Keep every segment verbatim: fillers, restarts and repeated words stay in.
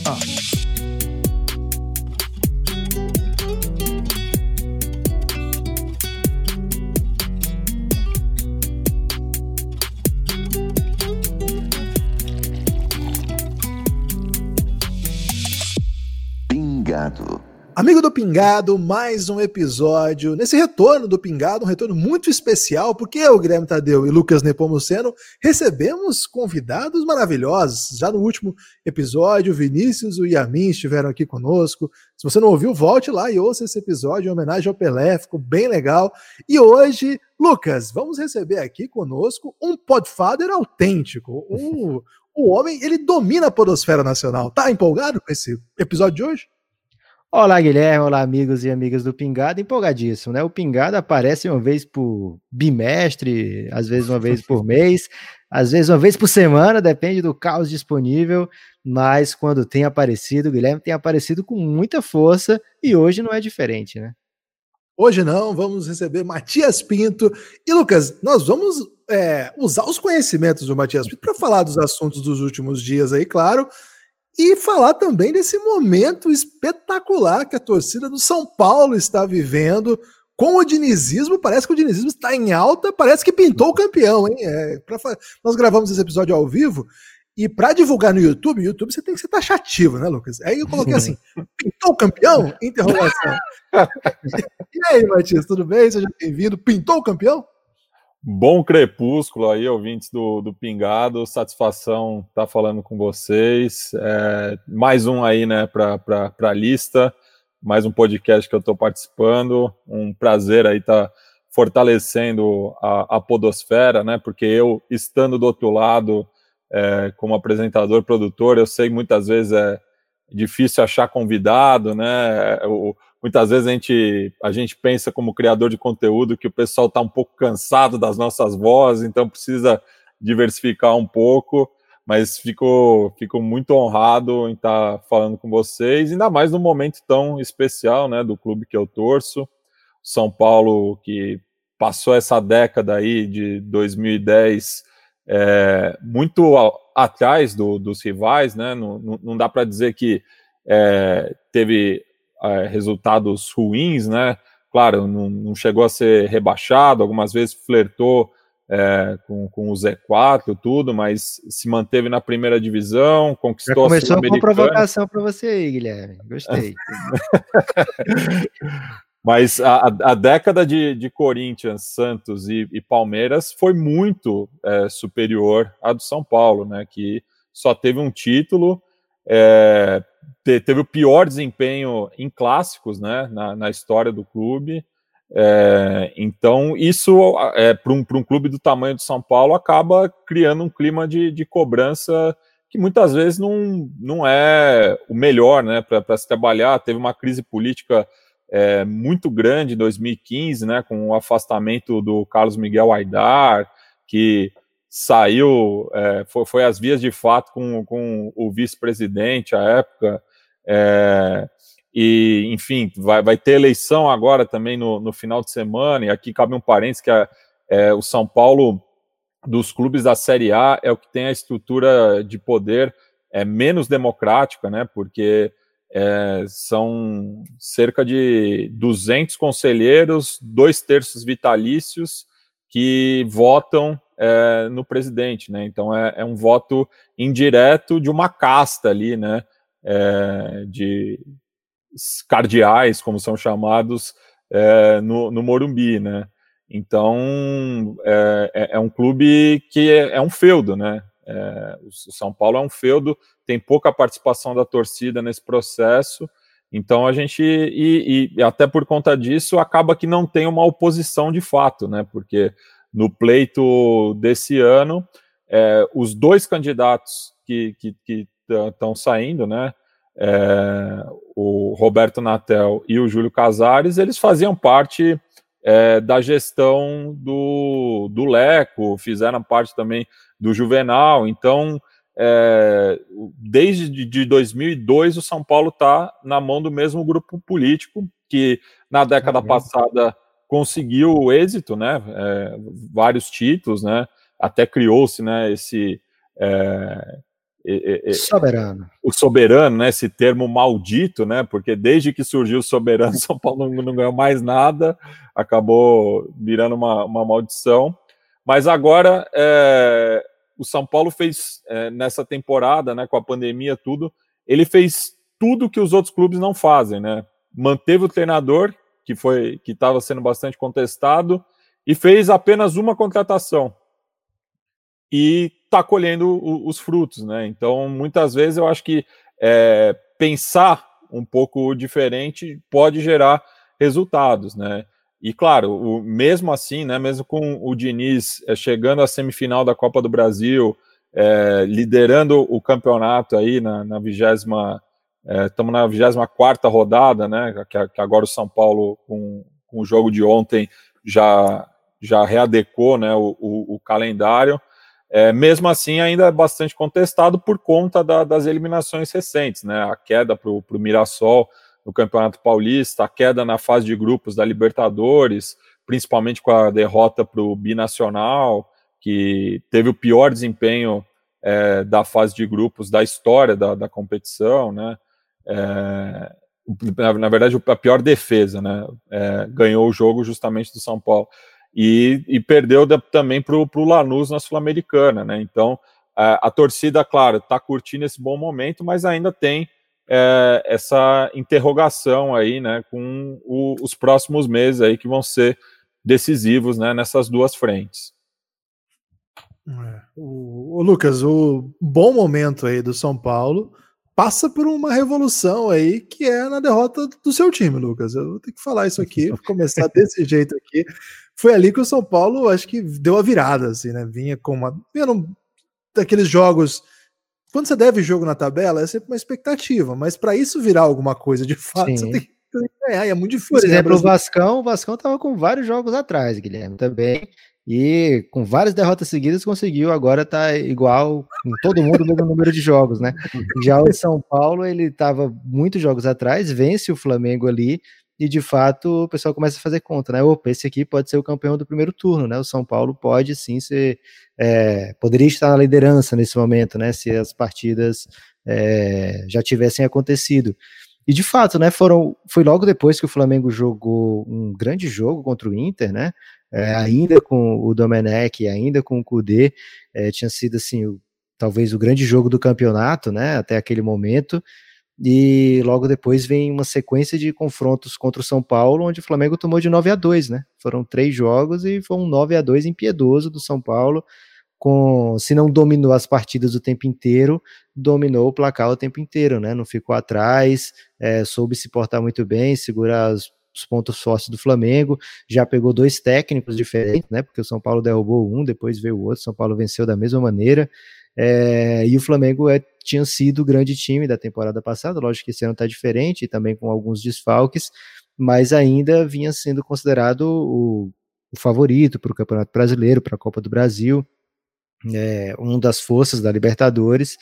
Ah. Pingado. Amigo do Pingado, mais um episódio. Nesse retorno do Pingado, um retorno muito especial, porque eu, Guilherme Tadeu e Lucas Nepomuceno recebemos convidados maravilhosos. Já no último episódio, o Vinícius e o Yamin estiveram aqui conosco. Se você não ouviu, volte lá e ouça esse episódio em homenagem ao Pelé, ficou bem legal. E hoje, Lucas, vamos receber aqui conosco um podfather autêntico. Um, o homem, ele domina a podosfera nacional. Tá empolgado com esse episódio de hoje? Olá, Guilherme, olá, amigos e amigas do Pingado, empolgadíssimo, né? O Pingado aparece uma vez por bimestre, às vezes uma vez por mês, às vezes uma vez por semana, depende do caos disponível, mas quando tem aparecido, o Guilherme tem aparecido com muita força e hoje não é diferente, né? Hoje não, vamos receber Matias Pinto. E, Lucas, nós vamos é, usar os conhecimentos do Matias Pinto para falar dos assuntos dos últimos dias aí, claro, e falar também desse momento espetacular que a torcida do São Paulo está vivendo com o dinizismo. Parece que o dinizismo está em alta, parece que pintou o campeão, hein? É, pra, nós gravamos esse episódio ao vivo e para divulgar no YouTube, YouTube você tem que ser taxativo, né, Lucas? Aí eu coloquei assim, pintou o campeão? Interrogação. E aí, Matias, tudo bem? Seja bem-vindo. Pintou o campeão? Bom crepúsculo aí, ouvintes do, do Pingado, satisfação estar tá falando com vocês, é, mais um aí, né, para a lista, mais um podcast que eu estou participando, um prazer aí estar tá fortalecendo a, a podosfera, né, porque eu, estando do outro lado, é, como apresentador, produtor, eu sei que muitas vezes é difícil achar convidado, né, o muitas vezes a gente, a gente pensa como criador de conteúdo que o pessoal está um pouco cansado das nossas vozes, então precisa diversificar um pouco, mas fico, fico muito honrado em estar falando com vocês, ainda mais num momento tão especial, né, do clube que eu torço, São Paulo, que passou essa década aí de dois mil e dez é, muito a, atrás do, dos rivais, né, não, não, não dá para dizer que é, teve É, resultados ruins, né? Claro, não, não chegou a ser rebaixado, algumas vezes flertou é, com, com o Z quatro, tudo, mas se manteve na primeira divisão, conquistou a Sul-Americana. Começou com provocação para você aí, Guilherme, gostei. Mas a, a década de, de Corinthians, Santos e, e Palmeiras foi muito é, superior à do São Paulo, né? Que só teve um título, é, teve o pior desempenho em clássicos, né, na, na história do clube, é, então isso é, para um, para um clube do tamanho do São Paulo acaba criando um clima de, de cobrança que muitas vezes não, não é o melhor, né, para se trabalhar. Teve uma crise política é, muito grande em dois mil e quinze, né, com o afastamento do Carlos Miguel Aidar, que saiu, é, foi, foi às vias de fato com, com o vice-presidente à época, é, e enfim, vai, vai ter eleição agora também no, no final de semana, e aqui cabe um parênteses que é, é, o São Paulo, dos clubes da Série A, é o que tem a estrutura de poder é, menos democrática, né, porque é, são cerca de duzentos conselheiros, dois terços vitalícios, que votam É, no presidente, né? Então é, é um voto indireto de uma casta ali, né? É, de cardeais, como são chamados, é, no, no Morumbi, né? Então é, é um clube que é, é um feudo, né? É, o São Paulo é um feudo, tem pouca participação da torcida nesse processo. Então a gente, e, e até por conta disso, acaba que não tem uma oposição de fato, né? Porque no pleito desse ano, é, os dois candidatos que estão saindo, né, é, o Roberto Natel e o Júlio Casares, eles faziam parte é, da gestão do, do Leco, fizeram parte também do Juvenal. Então, é, desde de dois mil e dois, o São Paulo está na mão do mesmo grupo político que na década Caramba. passada conseguiu o êxito, né, é, vários títulos, né, até criou-se, né, esse, é, soberano. O soberano, né? Esse termo maldito, né? Porque desde que surgiu o soberano, São Paulo não, não ganhou mais nada, acabou virando uma, uma maldição. Mas agora é, o São Paulo fez é, nessa temporada, né? Com a pandemia, tudo, ele fez tudo que os outros clubes não fazem, né? Manteve o treinador, que foi que estava sendo bastante contestado, e fez apenas uma contratação. E está colhendo o, os frutos, né? Então, muitas vezes eu acho que é, pensar um pouco diferente pode gerar resultados, né? E claro, o, mesmo assim, né? Mesmo com o Diniz é, chegando à semifinal da Copa do Brasil, é, liderando o campeonato aí na, na vigésima, estamos é, na vigésima quarta rodada, né? Que, que agora o São Paulo com, com o jogo de ontem já já readecou, né? O, o, o calendário. É, mesmo assim, ainda é bastante contestado por conta da, das eliminações recentes, né? A queda para o Mirassol no Campeonato Paulista, a queda na fase de grupos da Libertadores, principalmente com a derrota para o Binacional, que teve o pior desempenho é, da fase de grupos da história da, da competição, né? É, na, na verdade, a pior defesa, né? É, ganhou o jogo justamente do São Paulo. E, e perdeu de, também para o Lanús na Sul-Americana, né? Então, a, a torcida, claro, está curtindo esse bom momento, mas ainda tem é, essa interrogação aí, né? Com o, os próximos meses aí que vão ser decisivos, né? Nessas duas frentes. É. O, o Lucas, o bom momento aí do São Paulo passa por uma revolução aí que é na derrota do seu time, Lucas. Eu vou ter que falar isso aqui, vou começar desse jeito aqui. Foi ali que o São Paulo, acho que deu a virada, assim, né? Vinha com uma... Vinha num, daqueles jogos... Quando você deve jogo na tabela, é sempre uma expectativa, mas para isso virar alguma coisa de fato, Sim. você tem que ganhar, e é muito difícil. Por exemplo, né, o Vascão, o Vascão estava com vários jogos atrás, Guilherme, também, e com várias derrotas seguidas conseguiu agora tá igual com todo mundo o mesmo número de jogos, né? Já o São Paulo, ele estava muitos jogos atrás, vence o Flamengo ali, e de fato o pessoal começa a fazer conta, né? Opa, esse aqui pode ser o campeão do primeiro turno, né? O São Paulo pode sim ser, é, poderia estar na liderança nesse momento, né? Se as partidas é, já tivessem acontecido. E de fato, né? Foram, foi logo depois que o Flamengo jogou um grande jogo contra o Inter, né? É, ainda com o Domenech, ainda com o Kudê, é, tinha sido assim, o, talvez o grande jogo do campeonato, né? Até aquele momento. E logo depois vem uma sequência de confrontos contra o São Paulo, onde o Flamengo tomou de nove a dois, né? Foram três jogos e foi um nove a dois impiedoso do São Paulo, com, se não dominou as partidas o tempo inteiro, dominou o placar o tempo inteiro, né? Não ficou atrás, é, soube se portar muito bem, segurar os, os pontos fortes do Flamengo, já pegou dois técnicos diferentes, né? Porque o São Paulo derrubou um, depois veio o outro, o São Paulo venceu da mesma maneira. É, e o Flamengo é, tinha sido o grande time da temporada passada, lógico que esse ano está diferente, e também com alguns desfalques, mas ainda vinha sendo considerado o, o favorito para o Campeonato Brasileiro, para a Copa do Brasil, é, uma das forças da Libertadores,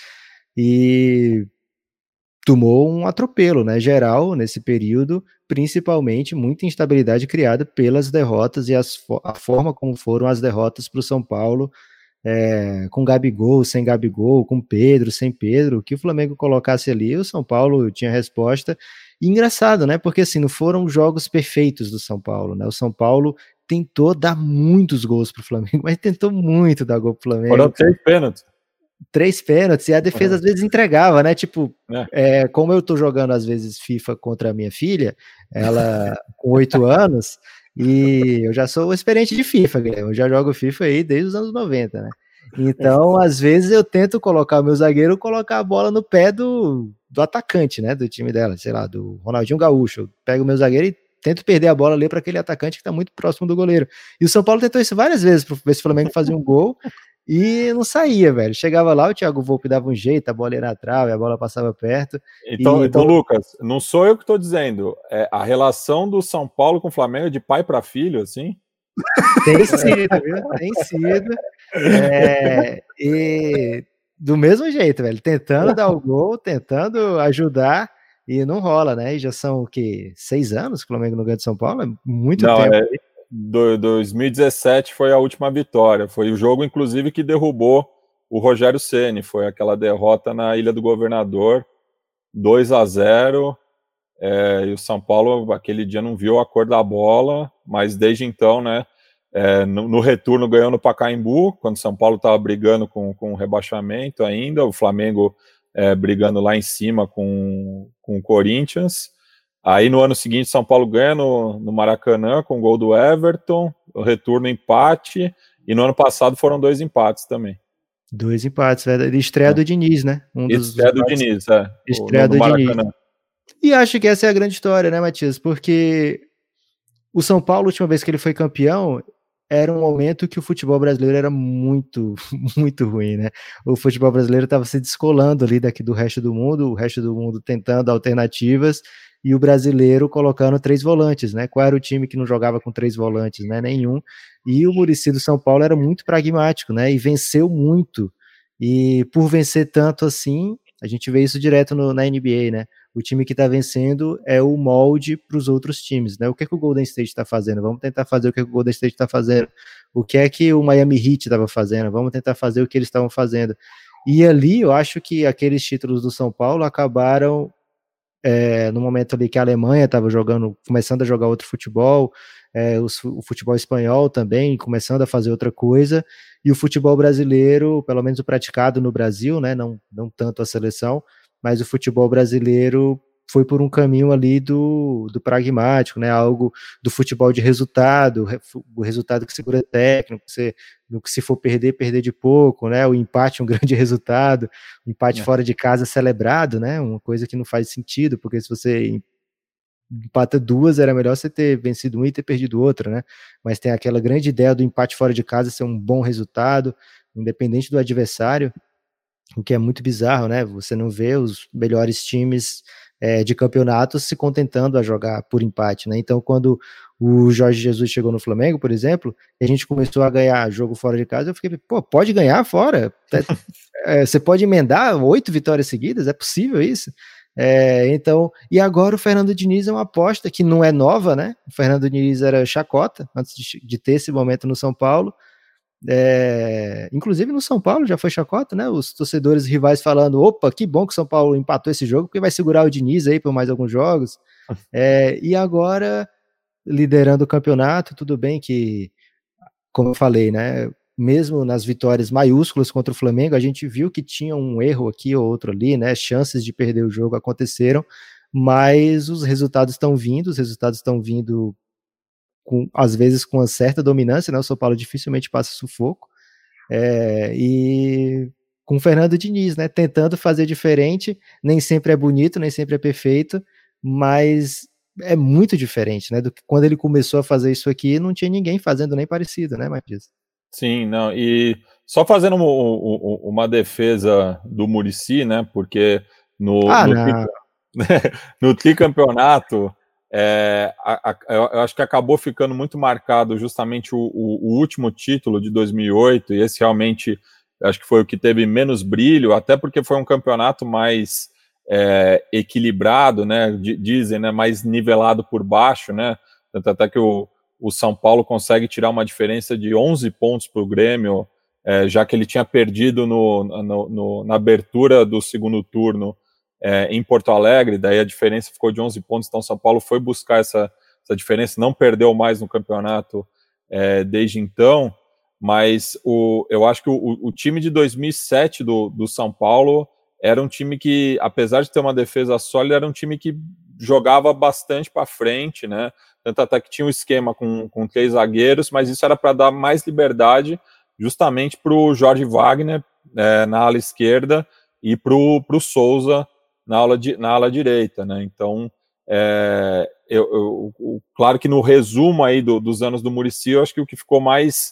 e tomou um atropelo, né, geral nesse período, principalmente muita instabilidade criada pelas derrotas e as, a forma como foram as derrotas para o São Paulo, É, com Gabigol, sem Gabigol, com Pedro, sem Pedro, o que o Flamengo colocasse ali, o São Paulo tinha resposta. E engraçado, né? Porque assim, não foram jogos perfeitos do São Paulo, né? O São Paulo tentou dar muitos gols pro Flamengo, mas tentou muito dar gol pro Flamengo. Foram três pênaltis. Três pênaltis, e a defesa uhum. às vezes entregava, né? Tipo, é. É, como eu tô jogando às vezes FIFA contra a minha filha, ela com oito anos. E eu já sou experiente de FIFA, Guilherme. Eu já jogo FIFA aí desde os anos noventa, né? Então, às vezes, eu tento colocar o meu zagueiro, colocar a bola no pé do, do atacante, né? Do time dela, sei lá, do Ronaldinho Gaúcho. Eu pego o meu zagueiro e tento perder a bola ali para aquele atacante que está muito próximo do goleiro. E o São Paulo tentou isso várias vezes para ver se o Flamengo fazia um gol. E não saía, velho. Chegava lá, o Thiago Volpe dava um jeito, a bola ia na trave, a bola passava perto. Então, e... então Lucas, não sou eu que estou dizendo. É a relação do São Paulo com o Flamengo é de pai para filho, assim? Tem sido, viu? Tem sido. É... E do mesmo jeito, velho. Tentando dar o gol, tentando ajudar, e não rola, né? E já são o quê? Seis anos que o Flamengo não ganha de São Paulo? É muito não, tempo. É... Do, dois mil e dezessete foi a última vitória. Foi o jogo, inclusive, que derrubou o Rogério Ceni, foi aquela derrota na Ilha do Governador, dois a zero, é, e o São Paulo aquele dia não viu a cor da bola, mas desde então, né, é, no, no retorno ganhou no Pacaembu, quando o São Paulo estava brigando com, com o rebaixamento ainda, o Flamengo é, brigando lá em cima com, com o Corinthians. Aí no ano seguinte São Paulo ganha no, no Maracanã com o gol do Everton, o retorno empate, e no ano passado foram dois empates também. Dois empates, velho. Estreia é. do Diniz, né? Um dos, estreia dos do Diniz, é. Estreia do Diniz. E acho que essa é a grande história, né, Matias? Porque o São Paulo, a última vez que ele foi campeão, era um momento que o futebol brasileiro era muito, muito ruim, né? O futebol brasileiro estava se descolando ali daqui do resto do mundo, o resto do mundo tentando alternativas, e o brasileiro colocando três volantes, né? Qual era o time que não jogava com três volantes, né? Nenhum. E o Muricy do São Paulo era muito pragmático, né? E venceu muito. E por vencer tanto assim, a gente vê isso direto no, na N B A, né? O time que está vencendo é o molde para os outros times, né? O que é que o Golden State está fazendo? Vamos tentar fazer o que, é que o Golden State está fazendo. O que é que o Miami Heat estava fazendo? Vamos tentar fazer o que eles estavam fazendo. E ali eu acho que aqueles títulos do São Paulo acabaram É, no momento ali que a Alemanha estava jogando, começando a jogar outro futebol, é, o, o futebol espanhol também começando a fazer outra coisa, e o futebol brasileiro, pelo menos o praticado no Brasil, né, não, não tanto a seleção, mas o futebol brasileiro foi por um caminho ali do, do pragmático, né, algo do futebol de resultado, o resultado que segura técnico, você, no que se for perder, perder de pouco, né, o empate um grande resultado, o empate é. fora de casa celebrado, né, uma coisa que não faz sentido, porque se você empata duas, era melhor você ter vencido um e ter perdido outra, né, mas tem aquela grande ideia do empate fora de casa ser um bom resultado, independente do adversário, o que é muito bizarro, né, você não vê os melhores times É, de campeonatos se contentando a jogar por empate, né? Então, quando o Jorge Jesus chegou no Flamengo, por exemplo, e a gente começou a ganhar jogo fora de casa, eu fiquei, pô, pode ganhar fora? É, você pode emendar oito vitórias seguidas? É possível isso? É, então, e agora o Fernando Diniz é uma aposta que não é nova, né? O Fernando Diniz era chacota antes de, de ter esse momento no São Paulo. É, inclusive no São Paulo já foi chacota, né? Os torcedores rivais falando: opa, que bom que o São Paulo empatou esse jogo, porque vai segurar o Diniz aí por mais alguns jogos. É, e agora, liderando o campeonato, tudo bem que, como eu falei, né? Mesmo nas vitórias maiúsculas contra o Flamengo, a gente viu que tinha um erro aqui ou outro ali, né? Chances de perder o jogo aconteceram, mas os resultados estão vindo, os resultados estão vindo. Com, às vezes com uma certa dominância, né? O São Paulo dificilmente passa sufoco, é, e com o Fernando Diniz, né? Tentando fazer diferente, nem sempre é bonito, nem sempre é perfeito, mas é muito diferente, né? Do que quando ele começou a fazer isso aqui, não tinha ninguém fazendo nem parecido, né, Matias? Sim, não, e só fazendo uma, uma defesa do Muricy, né? Porque no, ah, no, não. no tricampeonato. É, a, a, eu acho que acabou ficando muito marcado justamente o, o, o último título de dois mil e oito, e esse realmente acho que foi o que teve menos brilho, até porque foi um campeonato mais é, equilibrado, né, dizem, né, mais nivelado por baixo, né, tanto até que o, o São Paulo consegue tirar uma diferença de onze pontos para o Grêmio, é, já que ele tinha perdido no, no, no, na abertura do segundo turno É, em Porto Alegre, daí a diferença ficou de onze pontos, então São Paulo foi buscar essa, essa diferença, não perdeu mais no campeonato é, desde então, mas o, eu acho que o, o time de dois mil e sete do, do São Paulo era um time que, apesar de ter uma defesa sólida, era um time que jogava bastante para frente, né? Tanto até que tinha um esquema com, com três zagueiros, mas isso era para dar mais liberdade justamente para o Jorge Wagner é, na ala esquerda e para o Souza na ala, di, na ala direita, né? Então, é, eu, eu, eu, claro que no resumo aí do, dos anos do Muricy, eu acho que o que ficou mais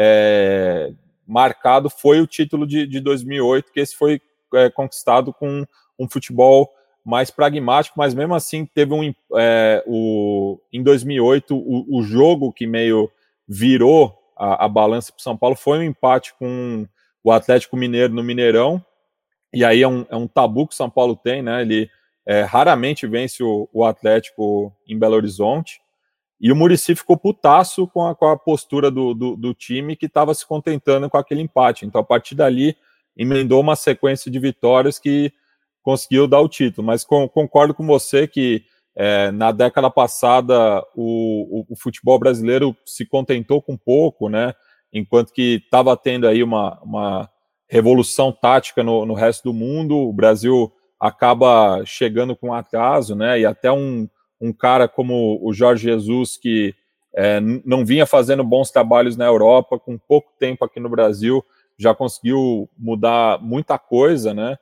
é, marcado foi o título de, de dois mil e oito, que esse foi é, conquistado com um futebol mais pragmático, mas mesmo assim teve um é, o, em dois mil e oito o, o jogo que meio virou a, a balança para o São Paulo foi um empate com o Atlético Mineiro no Mineirão. E aí é um, é um tabu que o São Paulo tem, né? Ele é, raramente vence o, o Atlético em Belo Horizonte. E o Muricy ficou putaço com a, com a postura do, do, do time que estava se contentando com aquele empate. Então, a partir dali, emendou uma sequência de vitórias que conseguiu dar o título. Mas com, concordo com você que é, na década passada o, o, o futebol brasileiro se contentou com pouco, né? Enquanto que estava tendo aí uma, uma revolução tática no, no resto do mundo, o Brasil acaba chegando com atraso, né? E até um, um cara como o Jorge Jesus, que é, não vinha fazendo bons trabalhos na Europa, com pouco tempo aqui no Brasil, já conseguiu mudar muita coisa, né?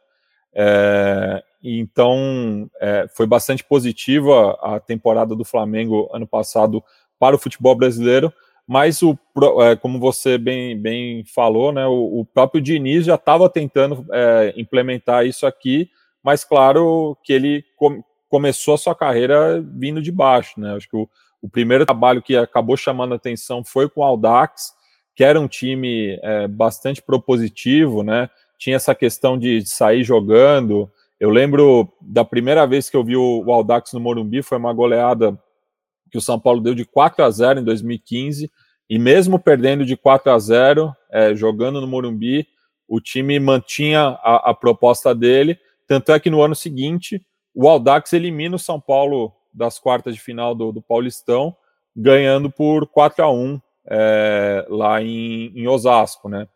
É, então, é, foi bastante positiva a temporada do Flamengo ano passado para o futebol brasileiro, mas, o, é, como você bem, bem falou, né, o, o próprio Diniz já estava tentando é, implementar isso aqui, mas claro que ele com, começou a sua carreira vindo de baixo, né? Acho que o, o primeiro trabalho que acabou chamando a atenção foi com o Audax, que era um time é, bastante propositivo, né? Tinha essa questão de sair jogando. Eu lembro da primeira vez que eu vi o, o Audax no Morumbi, foi uma goleada que o São Paulo deu de quatro a zero em dois mil e quinze, e mesmo perdendo de quatro a zero, é, jogando no Morumbi, o time mantinha a, a proposta dele, tanto é que no ano seguinte, o Audax elimina o São Paulo das quartas de final do, do Paulistão, ganhando por quatro a um é, lá em, em Osasco, né?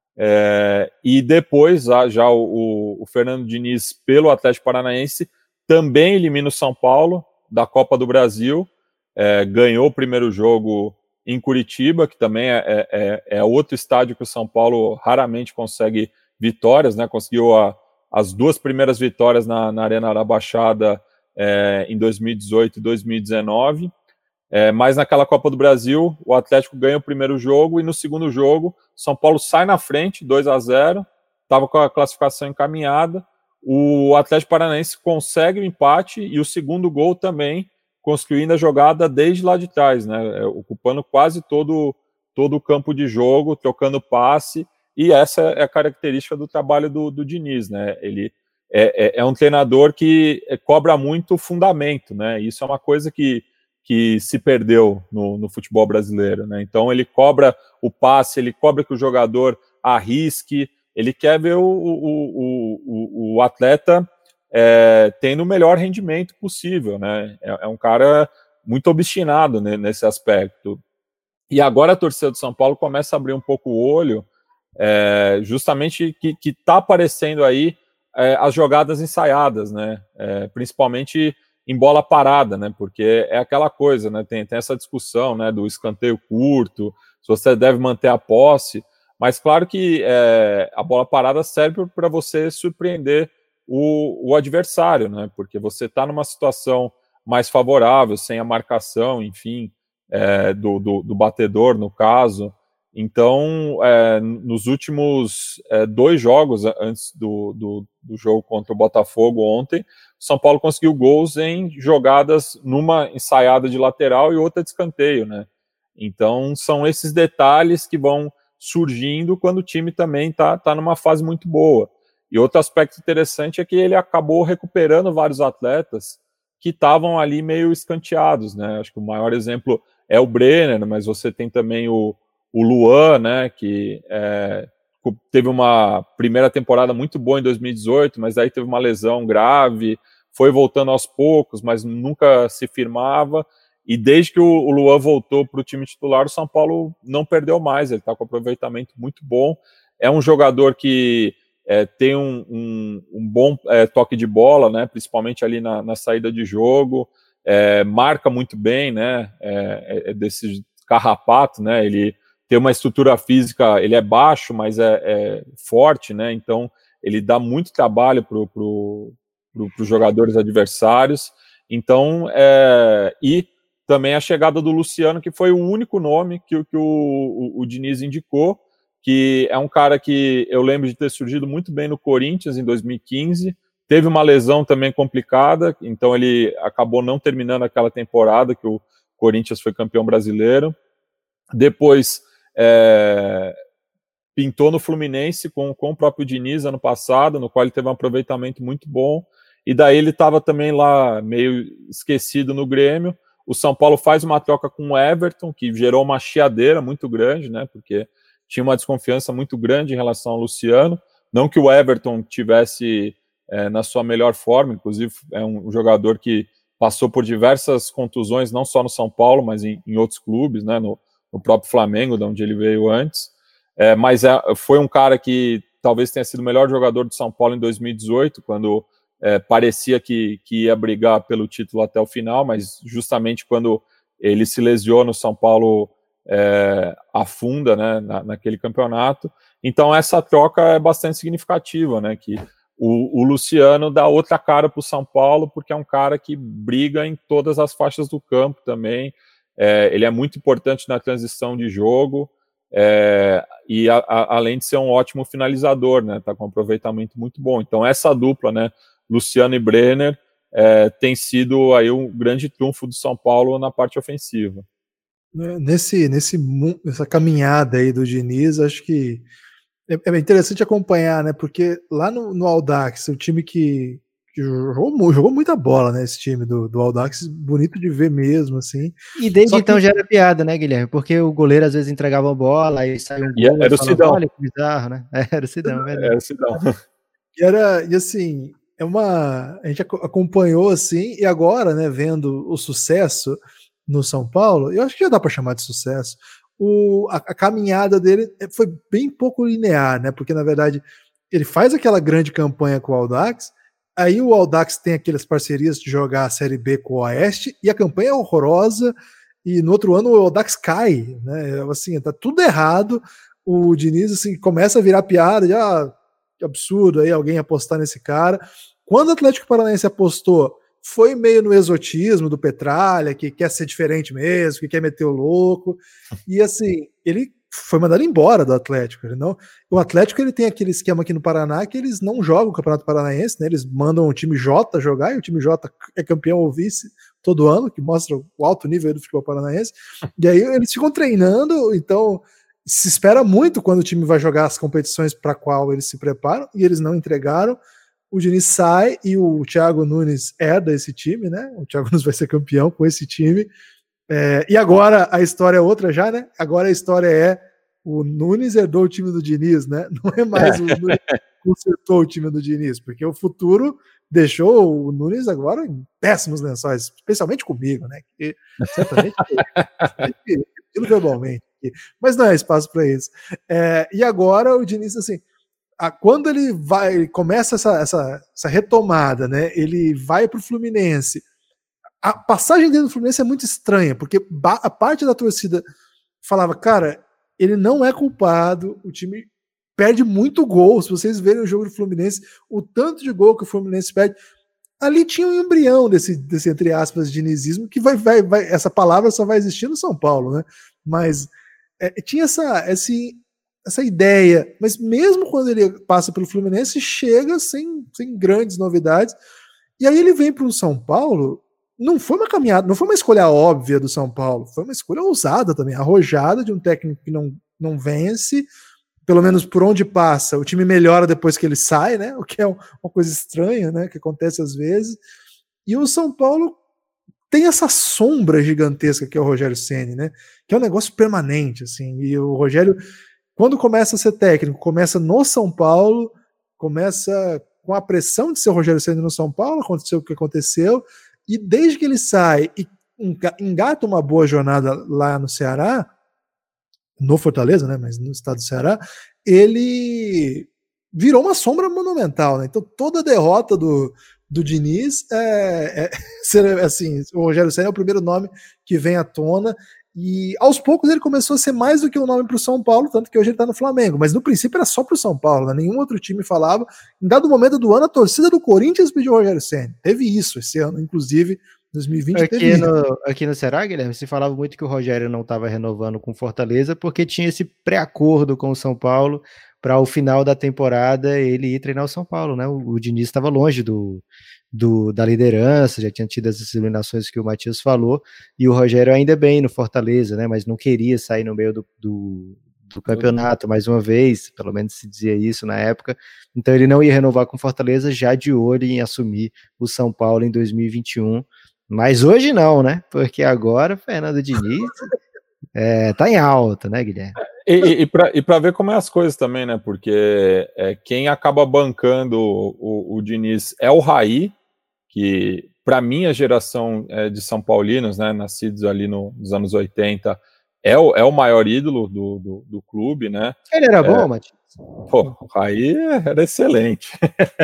É, e depois, já o, o Fernando Diniz, pelo Atlético Paranaense, também elimina o São Paulo da Copa do Brasil, é, ganhou o primeiro jogo em Curitiba, que também é, é, é outro estádio que o São Paulo raramente consegue vitórias, né? Conseguiu a, as duas primeiras vitórias na, na Arena da Baixada é, em dois mil e dezoito e dois mil e dezenove. É, mas naquela Copa do Brasil, o Atlético ganha o primeiro jogo e no segundo jogo, São Paulo sai na frente, dois a zero, estava com a classificação encaminhada, o Atlético Paranaense consegue o empate e o segundo gol também, construindo a jogada desde lá de trás, né, ocupando quase todo, todo o campo de jogo, trocando passe, e essa é a característica do trabalho do, do Diniz, né, ele é, é, é um treinador que cobra muito fundamento, né, isso é uma coisa que que se perdeu no, no futebol brasileiro, né? Então ele cobra o passe, ele cobra que o jogador arrisque, ele quer ver o, o, o, o atleta é, tendo o melhor rendimento possível, né? É, é um cara muito obstinado, né, nesse aspecto. E agora a torcida do São Paulo começa a abrir um pouco o olho, é, justamente que está aparecendo aí é, as jogadas ensaiadas, né? É, principalmente em bola parada, né, porque é aquela coisa, né, tem, tem essa discussão, né, do escanteio curto, se você deve manter a posse, mas claro que é, a bola parada serve para você surpreender o, o adversário, né, porque você está numa situação mais favorável, sem a marcação, enfim, é, do, do, do batedor, no caso. Então, é, nos últimos é, dois jogos antes do, do, do jogo contra o Botafogo ontem, o São Paulo conseguiu gols em jogadas numa ensaiada de lateral e outra de escanteio, né? Então, são esses detalhes que vão surgindo quando o time também está tá numa fase muito boa. E outro aspecto interessante é que ele acabou recuperando vários atletas que estavam ali meio escanteados, né? Acho que o maior exemplo é o Brenner, mas você tem também o o Luan, né, que é, teve uma primeira temporada muito boa em dois mil e dezoito, mas aí teve uma lesão grave, foi voltando aos poucos, mas nunca se firmava, e desde que o, o Luan voltou para o time titular, o São Paulo não perdeu mais, ele está com aproveitamento muito bom, é um jogador que é, tem um, um, um bom é, toque de bola, né, principalmente ali na, na saída de jogo, é, marca muito bem, né, é, é desse carrapato, né, ele tem uma estrutura física, ele é baixo, mas é, é forte, né? Então ele dá muito trabalho para pro, pro, os jogadores adversários. Então, é, e também a chegada do Luciano, que foi o único nome que, que o, o, o Diniz indicou, que é um cara que eu lembro de ter surgido muito bem no Corinthians em dois mil e quinze, teve uma lesão também complicada, então ele acabou não terminando aquela temporada que o Corinthians foi campeão brasileiro. Depois É, pintou no Fluminense com, com o próprio Diniz ano passado, no qual ele teve um aproveitamento muito bom, e daí ele estava também lá meio esquecido no Grêmio. O São Paulo faz uma troca com o Everton, que gerou uma chiadeira muito grande, né, porque tinha uma desconfiança muito grande em relação ao Luciano. Não que o Everton tivesse é, na sua melhor forma, inclusive é um jogador que passou por diversas contusões, não só no São Paulo, mas em, em outros clubes, né, no, no próprio Flamengo, de onde ele veio antes. É, mas é, foi um cara que talvez tenha sido o melhor jogador do São Paulo em dois mil e dezoito, quando é, parecia que, que ia brigar pelo título até o final, mas justamente quando ele se lesionou no São Paulo, é, afunda, né, na, naquele campeonato. Então essa troca é bastante significativa, né, que o, o Luciano dá outra cara para o São Paulo, porque é um cara que briga em todas as faixas do campo também. É, ele é muito importante na transição de jogo, é, e a, a, além de ser um ótimo finalizador, né, tá com um aproveitamento muito bom. Então essa dupla, né, Luciano e Brenner, é, tem sido aí um grande trunfo do São Paulo na parte ofensiva. Nesse, nesse, nessa caminhada aí do Diniz, acho que é, é interessante acompanhar, né? Porque lá no, no Audax, o time que, que jogou, jogou muita bola, né? Esse time do, do Audax, bonito de ver mesmo, assim. E desde Só então que... já era piada, né, Guilherme? Porque o goleiro às vezes entregava a bola e saiu um gol, e era o falava, Sidão. olha que bizarro, né? Era o Sidão, é verdade. Era o Sidão. E, era, e assim, é uma, a gente acompanhou assim, e agora, né, vendo o sucesso no São Paulo, eu acho que já dá para chamar de sucesso. O, a, a caminhada dele foi bem pouco linear, né? Porque na verdade ele faz aquela grande campanha com o Audax, aí o Audax tem aquelas parcerias de jogar a Série B com o Oeste, e a campanha é horrorosa, e no outro ano o Audax cai, né? Assim, tá tudo errado. O Diniz assim, começa a virar piada, já que absurdo aí alguém apostar nesse cara. Quando o Atlético Paranaense apostou, foi meio no exotismo do Petralha, que quer ser diferente mesmo, que quer meter o louco, e assim, ele foi mandado embora do Atlético. Ele não, o Atlético ele tem aquele esquema aqui no Paraná que eles não jogam o Campeonato Paranaense, né? Eles mandam o time J jogar, e o time J é campeão ou vice todo ano, que mostra o alto nível do futebol paranaense, e aí eles ficam treinando, então se espera muito quando o time vai jogar as competições para qual eles se preparam, e eles não entregaram. O Diniz sai e o Thiago Nunes herda esse time, né? O Thiago Nunes vai ser campeão com esse time. É, e agora a história é outra já, né? Agora a história é o Nunes herdou o time do Diniz, né? Não é mais o Nunes que consertou o time do Diniz, porque o futuro deixou o Nunes agora em péssimos lençóis, especialmente comigo, né? Que certamente aquilo verbalmente. Mas não é espaço para isso. É, e agora o Diniz, assim, a, quando ele vai, ele começa essa, essa, essa retomada, né? Ele vai para o Fluminense. A passagem dele no Fluminense é muito estranha, porque a parte da torcida falava, cara, ele não é culpado, o time perde muito gol. Se vocês verem o jogo do Fluminense, o tanto de gol que o Fluminense perde, ali tinha um embrião desse, desse entre aspas, dinizismo, que vai, vai, vai, essa palavra só vai existir no São Paulo, né? Mas é, tinha essa, esse, essa ideia, mas mesmo quando ele passa pelo Fluminense, chega sem, sem grandes novidades, e aí ele vem para o São Paulo. Não foi uma caminhada, não foi uma escolha óbvia do São Paulo, foi uma escolha ousada também, arrojada de um técnico que não, não vence, pelo menos por onde passa, o time melhora depois que ele sai, né? O que é uma coisa estranha, né? Que acontece às vezes. E o São Paulo tem essa sombra gigantesca que é o Rogério Ceni, né? Que é um negócio permanente, assim. E o Rogério, quando começa a ser técnico, começa no São Paulo, começa com a pressão de ser o Rogério Ceni no São Paulo, aconteceu o que aconteceu. E desde que ele sai e engata uma boa jornada lá no Ceará, no Fortaleza, né, mas no estado do Ceará, ele virou uma sombra monumental, né? Então toda a derrota do, do Diniz é, é assim, o Rogério Ceni é o primeiro nome que vem à tona, e aos poucos ele começou a ser mais do que um nome para o São Paulo, tanto que hoje ele está no Flamengo, mas no princípio era só para o São Paulo, né? Nenhum outro time falava. Em dado momento do ano, a torcida do Corinthians pediu o Rogério Ceni. Teve isso esse ano, inclusive dois mil e vinte. Aqui, teve no, isso. aqui no Ceará, Guilherme, se falava muito que o Rogério não estava renovando com Fortaleza porque tinha esse pré-acordo com o São Paulo para o final da temporada ele ir treinar o São Paulo, né? O, o Diniz estava longe do, do, da liderança, já tinha tido as eliminações que o Matias falou, e o Rogério ainda bem no Fortaleza, né? Mas não queria sair no meio do, do, do campeonato mais uma vez, pelo menos se dizia isso na época. Então ele não ia renovar com Fortaleza, já de olho em assumir o São Paulo em dois mil e vinte e um. Mas hoje não, né? Porque agora Fernando Diniz é, tá em alta, né, Guilherme? E, e, e para ver como é as coisas também, né? Porque é, quem acaba bancando o, o, o Diniz é o Raí, que para minha geração é, de São Paulinos, né, nascidos ali no, nos anos oitenta, é o, é o maior ídolo do, do, do clube, né? Ele era é, bom, Matias? Pô, o Raí era excelente.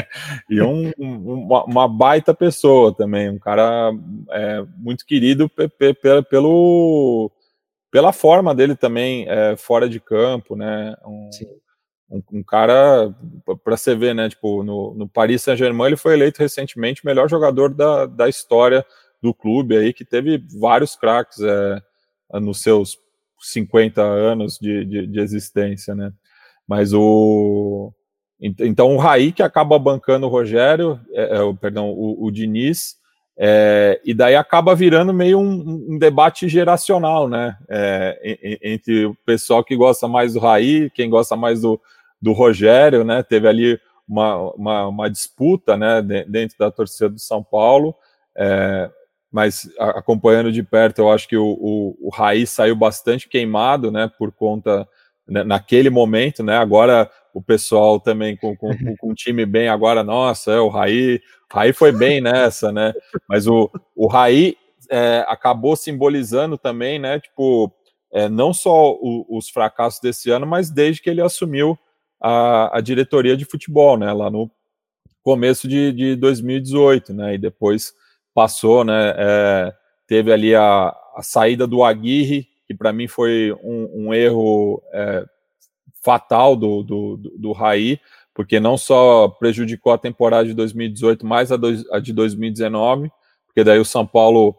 E um, um, uma, uma baita pessoa também, um cara é, muito querido pe, pe, pe, pelo, pela forma dele também é, fora de campo, né? Um, um, um cara, para você ver, né? Tipo, no, no Paris Saint-Germain ele foi eleito recentemente o melhor jogador da, da história do clube aí, que teve vários craques é, nos seus cinquenta anos de, de, de existência, né? Mas o... Então o Raí que acaba bancando o Rogério, é, é, perdão, o, o Diniz, é, e daí acaba virando meio um, um debate geracional, né? É, entre o pessoal que gosta mais do Raí, quem gosta mais do, do Rogério, né? Teve ali uma, uma, uma disputa, né? Dentro da torcida do São Paulo, é, mas acompanhando de perto, eu acho que o, o, o Raí saiu bastante queimado, né? Por conta... naquele momento, né? Agora o pessoal também com, com, com um time bem, agora, nossa, é, o Raí, Raí foi bem nessa, né? Mas o, o Raí é, acabou simbolizando também, né? Tipo, é, não só o, os fracassos desse ano, mas desde que ele assumiu a, a diretoria de futebol, né? Lá no começo de, de dois mil e dezoito, né? E depois passou, né? É, teve ali a, a saída do Aguirre, que para mim foi um, um erro é, fatal do, do, do Raí, porque não só prejudicou a temporada de dois mil e dezoito, mas a, dois, a de dois mil e dezenove, porque daí o São Paulo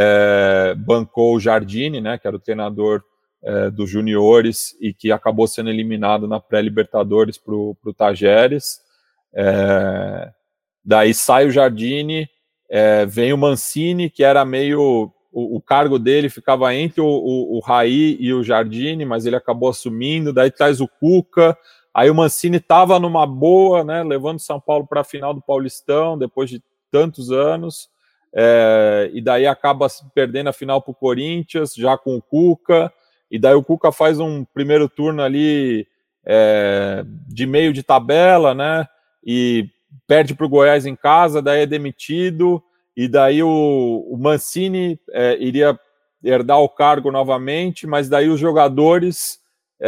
é, bancou o Jardine, né, que era o treinador é, dos juniores e que acabou sendo eliminado na pré-Libertadores para o Tajeres. É, daí sai o Jardine, é, vem o Mancini, que era meio... O, o cargo dele ficava entre o, o, o Raí e o Jardine, mas ele acabou assumindo, daí traz o Cuca, aí o Mancini estava numa boa, né, levando São Paulo para a final do Paulistão, depois de tantos anos, é, e daí acaba perdendo a final para o Corinthians, já com o Cuca, e daí o Cuca faz um primeiro turno ali é, de meio de tabela, né, e perde para o Goiás em casa, daí é demitido, e daí o, o Mancini é, iria herdar o cargo novamente, mas daí os jogadores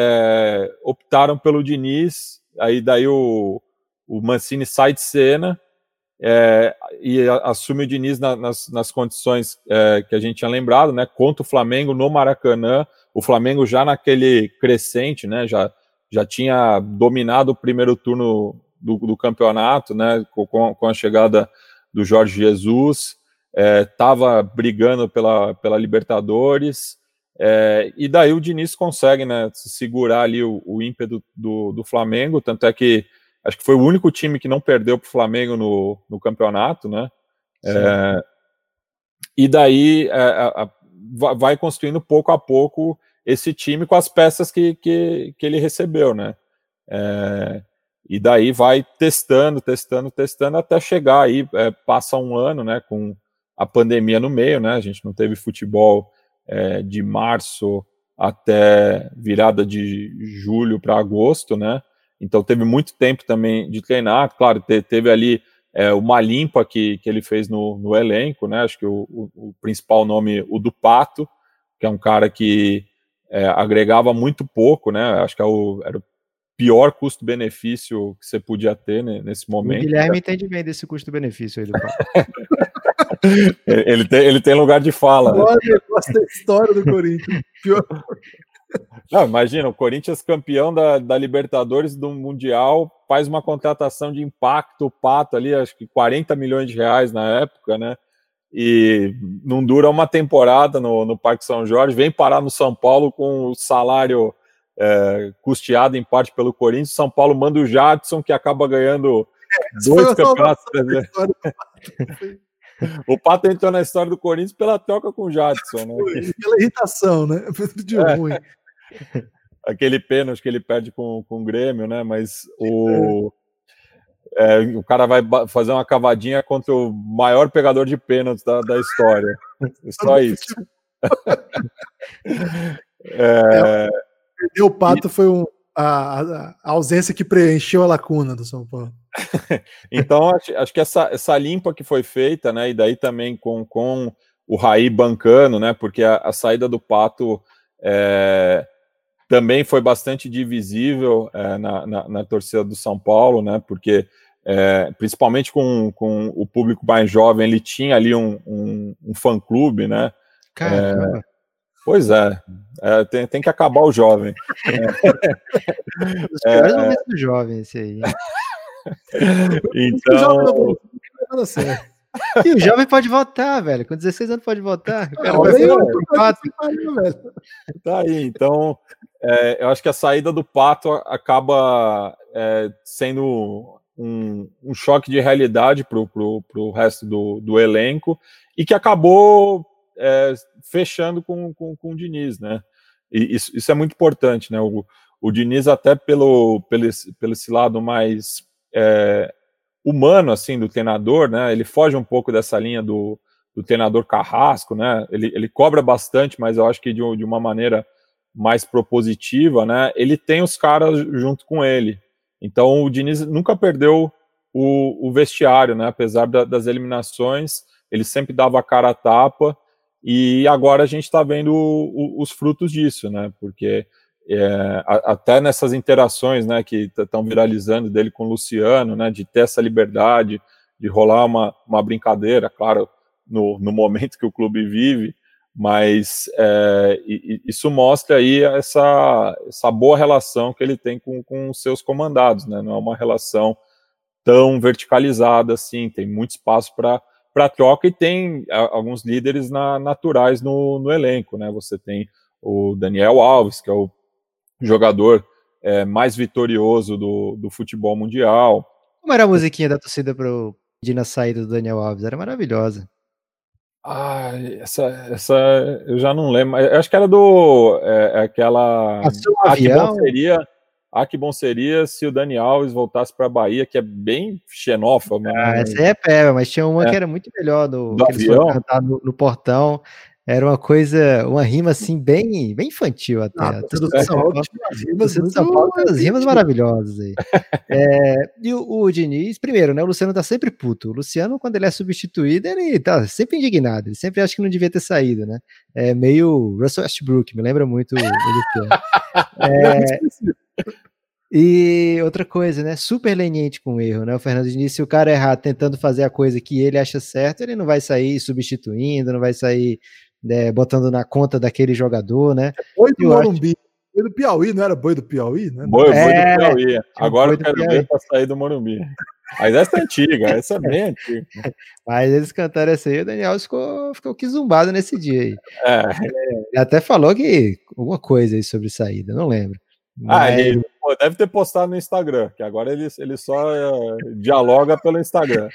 é, optaram pelo Diniz, aí daí o, o Mancini sai de cena é, e a, assume o Diniz na, nas, nas condições é, que a gente tinha lembrado, né, contra o Flamengo no Maracanã, o Flamengo já naquele crescente, né, já, já tinha dominado o primeiro turno do, do campeonato, né, com, com a chegada do Jorge Jesus, estava é, brigando pela, pela Libertadores, é, e daí o Diniz consegue, né, segurar ali o, o ímpeto do, do Flamengo, tanto é que acho que foi o único time que não perdeu para o Flamengo no, no campeonato, né, é, e daí é, a, a, vai construindo pouco a pouco esse time com as peças que, que, que ele recebeu, né, é, e daí vai testando, testando, testando, até chegar aí, é, passa um ano, né, com a pandemia no meio, né, a gente não teve futebol é, de março até virada de julho para agosto, né, então teve muito tempo também de treinar, claro, te, teve ali é, uma limpa que, que ele fez no, no elenco, né, acho que o, o, o principal nome, o do Pato, que é um cara que é, agregava muito pouco, né, acho que é o, era o pior custo-benefício que você podia ter, né, nesse momento. O Guilherme entende bem desse custo-benefício aí do Pato. ele, tem, ele tem lugar de fala. Olha, né? Eu gosto da história do Corinthians. Pior. Não, imagina, o Corinthians campeão da, da Libertadores do Mundial, faz uma contratação de impacto, o Pato ali, acho que quarenta milhões de reais na época, né? E não dura uma temporada no, no Parque São Jorge, vem parar no São Paulo com o salário É, custeado em parte pelo Corinthians. São Paulo manda o Jadson, que acaba ganhando é, dois campeonatos brasileiros. O Pato entrou na história do Corinthians pela troca com o Jadson, né? E pela irritação, né? De é. ruim. Aquele pênalti que ele perde com, com o Grêmio, né? Mas o, é, o cara vai fazer uma cavadinha contra o maior pegador de pênaltis da, da história. Só isso. é... Perder o Pato e... foi um, a, a ausência que preencheu a lacuna do São Paulo. Então, acho, acho que essa, essa limpa que foi feita, né, e daí também com, com o Raí bancando, né, porque a, a saída do Pato é, também foi bastante divisível é, na, na, na torcida do São Paulo, né, porque é, principalmente com, com o público mais jovem, ele tinha ali um, um, um fã-clube, né. Caramba! É, pois é, é tem, tem que acabar o jovem. Os piores é, momentos do jovem, esse aí. Então... E o jovem pode votar, velho. Com dezesseis anos pode votar. O cara não, vai ser é, Pato. Tá aí, então é, eu acho que a saída do Pato acaba é, sendo um, um choque de realidade pro, pro, pro resto do, do elenco e que acabou é, fechando com, com, com o Diniz, né? E isso, isso é muito importante, né? O, o Diniz, até pelo, pelo, pelo esse lado mais é, humano, assim, do treinador, né? Ele foge um pouco dessa linha do, do treinador carrasco, né? Ele, ele cobra bastante, mas eu acho que de, de uma maneira mais propositiva, né? Ele tem os caras junto com ele. Então, o Diniz nunca perdeu o, o vestiário, né? Apesar da, das eliminações, ele sempre dava a cara a tapa, e agora a gente está vendo o, o, os frutos disso, né? Porque é, a, até nessas interações, né, que estão viralizando dele com o Luciano, né, de ter essa liberdade, de rolar uma, uma brincadeira, claro, no, no momento que o clube vive, mas é, isso mostra aí essa, essa boa relação que ele tem com, com os seus comandados, né? Não é uma relação tão verticalizada assim, tem muito espaço para para troca, e tem a, alguns líderes na, naturais no, no elenco, né? Você tem o Daniel Alves, que é o jogador é, mais vitorioso do, do futebol mundial. Como era a musiquinha da torcida pro de na saída do Daniel Alves? Era maravilhosa. Ah, essa, essa eu já não lembro. Eu acho que era do é, aquela. Passou um ah, avião. Que bom seria. Ah, que bom seria se o Dani Alves voltasse para a Bahia, que é bem xenófobo. Ah, né? essa aí é pega, mas tinha uma É. que era muito melhor do, Do que eles foram avião? cantar no, no portão. Era uma coisa, uma rima assim, bem, bem infantil até. Ah, A do torcida do São Paulo Paulo, tinha umas a rimas torcida do muito São Paulo tem umas rimas infantis. maravilhosas aí. É, e o, o Diniz, primeiro, né? O Luciano tá sempre puto. O Luciano, quando ele é substituído, ele tá sempre indignado. Ele sempre acha que não devia ter saído, né? É meio Russell Westbrook, me lembra muito o, o Luciano. É, e outra coisa, né? Super leniente com o erro, né? O Fernando Diniz, se o cara errar tentando fazer a coisa que ele acha certo, ele não vai sair substituindo, não vai sair né, botando na conta daquele jogador, né? Boi do Eu Morumbi. Acho... Boi do Piauí, não era boi do Piauí? Né? Boi, é, boi do Piauí. Agora eu quero Piauí. ver para sair do Morumbi. Mas essa é antiga, essa é bem antiga. Mas eles cantaram essa aí, o Daniel ficou, ficou que zumbado nesse dia aí. É. É, ele até falou que alguma coisa aí sobre saída, não lembro. Mas... Ah, ele pô, deve ter postado no Instagram, que agora ele, ele só é, dialoga pelo Instagram.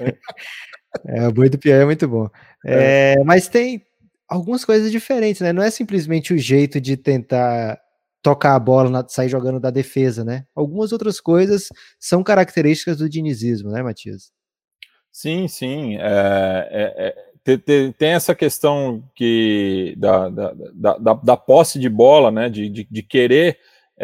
É, o boi do Piauí é muito bom. É, é. Mas tem algumas coisas diferentes, né? Não é simplesmente o jeito de tentar tocar a bola, na, sair jogando da defesa, né? Algumas outras coisas são características do dinizismo, né, Matias? Sim, sim. É, é, é, tem, tem essa questão que da, da, da, da posse de bola, né? De, de, de querer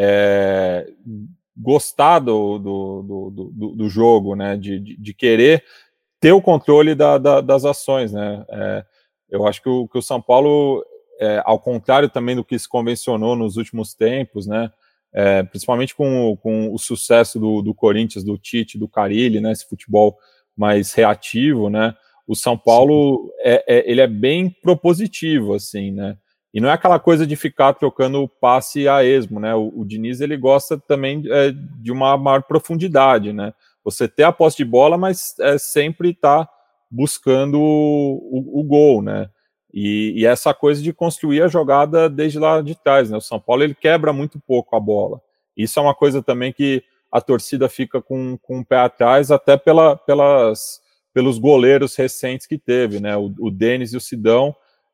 é, gostar do, do, do, do, do jogo, né? De, de, de querer ter o controle da, da, das ações, né? É, eu acho que o, que o São Paulo, é, ao contrário também do que se convencionou nos últimos tempos, né? É, principalmente com, com o sucesso do, do Corinthians, do Tite, do Carille, né? Esse futebol mais reativo, né? O São Paulo é, é, ele é bem propositivo, assim, né? E não é aquela coisa de ficar trocando passe a esmo, né? O, o Diniz, ele gosta também é, de uma maior profundidade, né? Você ter a posse de bola, mas é, sempre tá buscando o, o, o gol, né? E, e essa coisa de construir a jogada desde lá de trás, né? O São Paulo, ele quebra muito pouco a bola. Isso é uma coisa também que a torcida fica com, com o pé atrás, até pela, pelas, pelos goleiros recentes que teve, né? O, o Denis e o Sidão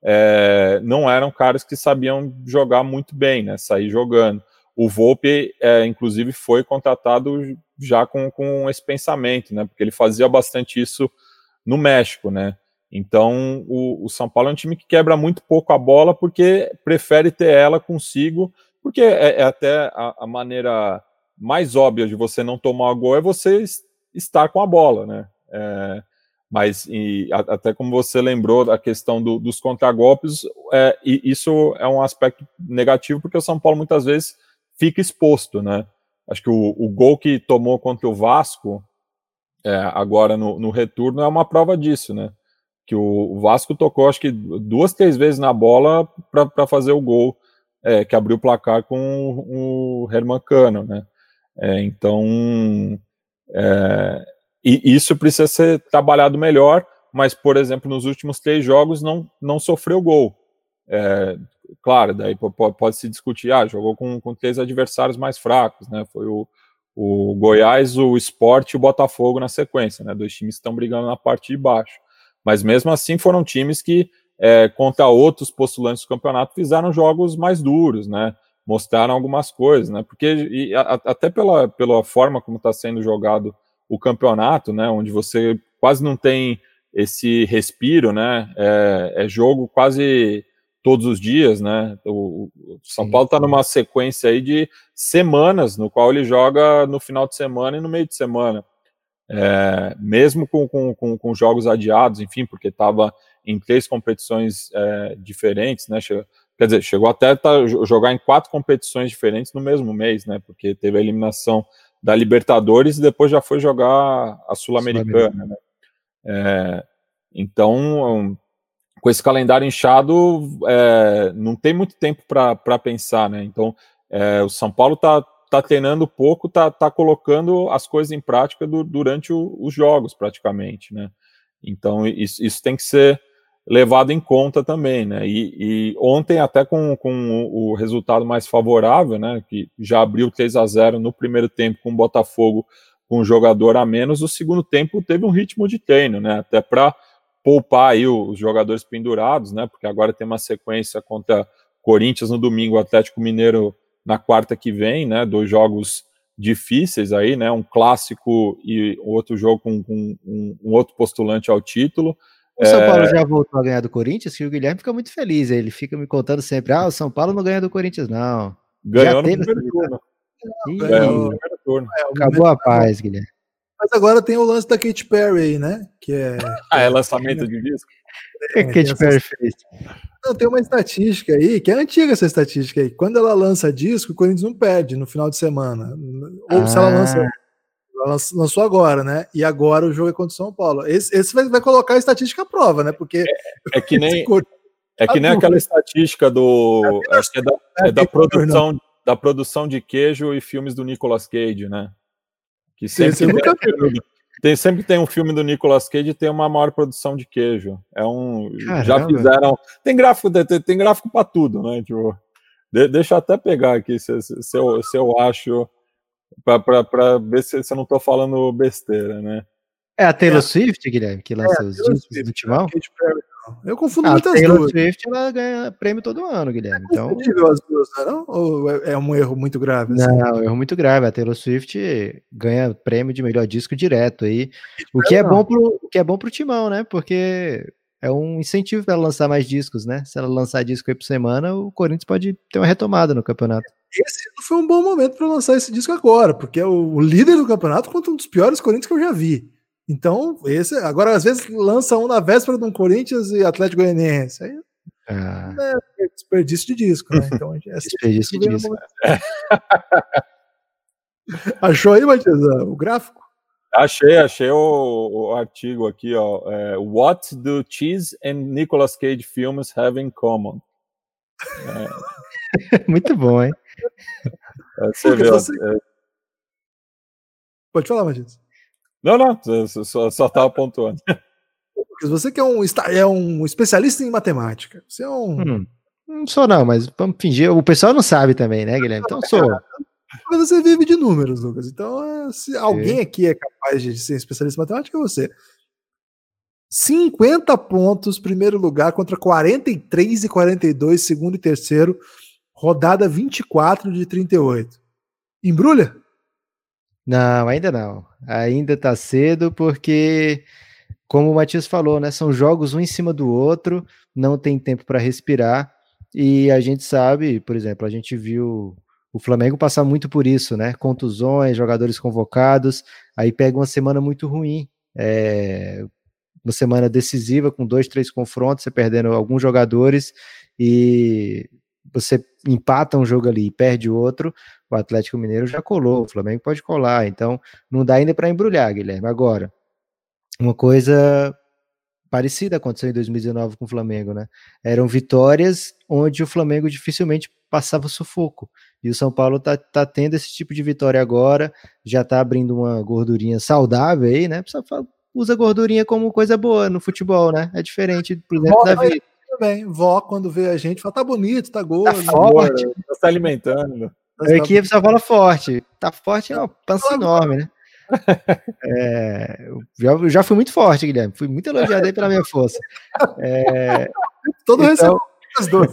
é, não eram caras que sabiam jogar muito bem, né? Sair jogando. O Volpe, é, inclusive, foi contratado já com, com esse pensamento, né? Porque ele fazia bastante isso no México, né? Então, o, o São Paulo é um time que quebra muito pouco a bola porque prefere ter ela consigo, porque é, é até a, a maneira mais óbvia de você não tomar o gol é você estar com a bola, né? É, mas e, a, até como você lembrou da questão do, dos contragolpes, é, e isso é um aspecto negativo, porque o São Paulo muitas vezes fica exposto, né? Acho que o, o gol que tomou contra o Vasco, é, agora no, no retorno, é uma prova disso, né? Que o, o Vasco tocou, acho que duas, três vezes na bola para fazer o gol, é, que abriu o placar com o, o Herman Cano, né? É, então, é, e isso precisa ser trabalhado melhor, mas, por exemplo, nos últimos três jogos não, não sofreu gol. É, claro, daí pode se discutir, ah, jogou com, com três adversários mais fracos, né? Foi o, o Goiás, o Sport e o Botafogo na sequência, né? Dois times que estão brigando na parte de baixo. Mas mesmo assim foram times que, é, contra outros postulantes do campeonato, fizeram jogos mais duros, né? Mostraram algumas coisas, né? Porque e a, até pela, pela forma como está sendo jogado o campeonato, né? Onde você quase não tem esse respiro, né? É, é jogo quase todos os dias, né? O, o São Sim. Paulo está numa sequência aí de semanas, no qual ele joga no final de semana e no meio de semana. É, mesmo com, com, com, com jogos adiados, enfim, porque estava em três competições é, diferentes, né? Chegou, quer dizer, chegou até a tá, jogar em quatro competições diferentes no mesmo mês, né? Porque teve a eliminação da Libertadores e depois já foi jogar a Sul-Americana, né? É, então, com esse calendário inchado, é, não tem muito tempo para pensar, né? Então, é, o São Paulo está tá treinando pouco, tá, tá colocando as coisas em prática do, durante o, os jogos, praticamente, né? Então, isso, isso tem que ser levado em conta também, né? E, e ontem, até com, com o resultado mais favorável, né? Que já abriu três a zero no primeiro tempo com o Botafogo, com um jogador a menos, o segundo tempo teve um ritmo de treino, né? Até para poupar aí os jogadores pendurados, né? Porque agora tem uma sequência contra Corinthians no domingo, Atlético Mineiro na quarta que vem, né? Dois jogos difíceis aí, né? Um clássico e outro jogo com, com um, um outro postulante ao título. O São Paulo é... já voltou a ganhar do Corinthians, que o Guilherme fica muito feliz. Ele fica me contando sempre: ah, o São Paulo não ganha do Corinthians, não. Ganhou já no teve primeiro turno. Ih, Ganhou no primeiro turno. É, acabou a paz, Guilherme. Mas agora tem o lance da Katy Perry, né? Que é. Ah, é lançamento de disco? O que a Katy Perry fez? Não, tem uma estatística aí, que é antiga essa estatística aí. Quando ela lança disco, o Corinthians não perde no final de semana. Ou ah. se ela lança. Ela lançou agora, né? E agora o jogo é contra o São Paulo. Esse, esse vai, vai colocar a estatística à prova, né? Porque. É, é que nem. É que nem aquela estatística do. É, acho que é da, é da produção, da produção de queijo e filmes do Nicolas Cage, né? Que sempre tem, nunca... tem, sempre tem um filme do Nicolas Cage e tem uma maior produção de queijo. É um. Caramba. Já fizeram. Tem gráfico, tem, tem gráfico para tudo, né? Tipo, de, deixa eu até pegar aqui se, se, se, eu, se eu acho. Para ver se, se eu não estou falando besteira, né? É a Taylor é. Swift, Guilherme, que lança é, os discos do Timão? Eu confundo ah, muitas duas. A Taylor duas. Swift, ela ganha prêmio todo ano, Guilherme. É então... as duas, não? Ou é um erro muito grave? Assim? Não, é um erro muito grave. A Taylor Swift ganha prêmio de melhor disco direto aí. O que é bom pro, o que é bom pro Timão, né? Porque é um incentivo para ela lançar mais discos, né? Se ela lançar disco aí por semana, o Corinthians pode ter uma retomada no campeonato. Esse foi um bom momento para lançar esse disco agora, porque é o líder do campeonato contra um dos piores Corinthians que eu já vi. Então, esse agora às vezes lança um na véspera de um Corinthians e Atlético Goianiense. Aí ah. é desperdício de disco, né? Então, é desperdício de disco. Achou aí, Matias, o gráfico? Achei, achei o, o artigo aqui, ó. É, What do Cheese and Nicolas Cage films have in common? É. Muito bom, hein? Você vê, você... É... Pode falar, Matias. Não, não, só, só tava pontuando. Porque você que é um, é um especialista em matemática, você é um... Hum, não sou não, mas vamos fingir, o pessoal não sabe também, né, Guilherme? Então sou. Mas você vive de números, Lucas, então se alguém aqui é capaz de ser especialista em matemática, é você. cinquenta pontos, primeiro lugar, contra quarenta e três e quarenta e dois, segundo e terceiro, rodada vinte e quatro de trinta e oito. Embrulha? Não, ainda não. Ainda tá cedo porque, como o Matias falou, né, são jogos um em cima do outro, não tem tempo para respirar e a gente sabe, por exemplo, a gente viu o Flamengo passar muito por isso, né? Contusões, jogadores convocados, aí pega uma semana muito ruim, é, uma semana decisiva com dois, três confrontos, você perdendo alguns jogadores e você empata um jogo ali e perde outro, o Atlético Mineiro já colou, o Flamengo pode colar, então não dá ainda para embrulhar, Guilherme. Agora, uma coisa parecida aconteceu em dois mil e dezenove com o Flamengo, né? Eram vitórias onde o Flamengo dificilmente passava sufoco. E o São Paulo tá, tá tendo esse tipo de vitória agora, já tá abrindo uma gordurinha saudável aí, né? Só usa gordurinha como coisa boa no futebol, né? É diferente, por exemplo, da vida. Também, vó, quando vê a gente, fala, tá bonito, tá gordo. Tá forte. Tá se alimentando. A equipe só fala forte. Tá forte é uma pança enorme, né? É, eu já fui muito forte, Guilherme. Fui muito elogiado aí pela minha força. É, Todo então, as duas.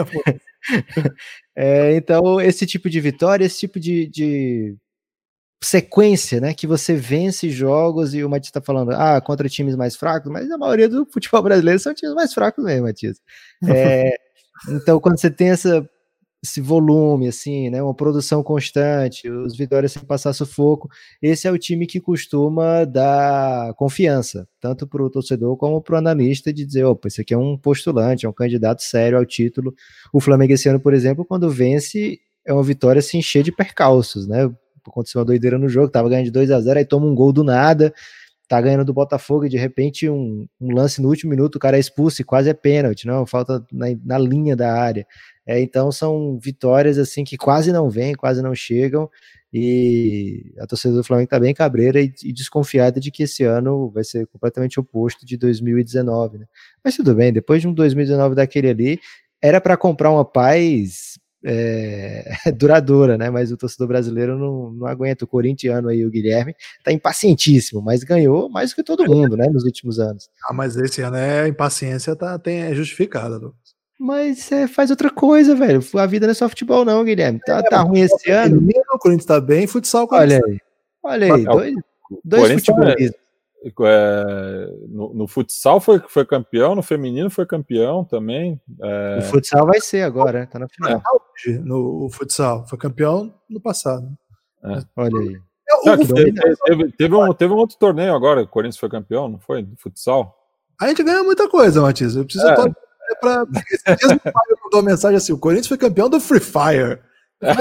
É, então, esse tipo de vitória, esse tipo de, de sequência, né? Que você vence jogos e o Matias tá falando, ah, contra times mais fracos, mas a maioria do futebol brasileiro são times mais fracos mesmo, Matias. É, então, quando você tem essa esse volume, assim, né, uma produção constante, os vitórias sem passar sufoco, esse é o time que costuma dar confiança, tanto para o torcedor como para o analista, de dizer, opa, esse aqui é um postulante, é um candidato sério ao título. O Flamengo esse ano, por exemplo, quando vence, é uma vitória assim, cheia de percalços, né, aconteceu uma doideira no jogo, tava ganhando de dois a zero, aí toma um gol do nada, tá ganhando do Botafogo e de repente um, um lance no último minuto, o cara é expulso e quase é pênalti, não, falta na, na linha da área. É, então são vitórias assim que quase não vêm, quase não chegam, e a torcida do Flamengo está bem cabreira e, e desconfiada de que esse ano vai ser completamente oposto de dois mil e dezenove, né? Mas tudo bem, depois de um dois mil e dezenove daquele ali, era para comprar uma paz é, duradoura, né? Mas o torcedor brasileiro não, não aguenta. O corintiano aí, o Guilherme, tá impacientíssimo, mas ganhou mais do que todo mundo, né? Nos últimos anos. Ah, mas esse ano é a impaciência tá, tem, é justificada, Lucas. Mas você faz outra coisa, velho. A vida não é só futebol, não, Guilherme. Tá, é, tá ruim esse ano. O Corinthians tá bem, futsal. Olha aí. Olha aí, dois, dois futebolistas. É, no, no futsal foi, foi campeão, no feminino foi campeão também. É... O futsal vai ser agora, tá na final. É. No o futsal, foi campeão no passado. É. Olha aí. Não, teve, teve, teve, um, teve um outro torneio agora, o Corinthians foi campeão, não foi? No futsal? A gente ganha muita coisa, Matias. Eu preciso. É. Tô... É pra... Esse dia o pai mandou uma mensagem assim: o Corinthians foi campeão do Free Fire. Eu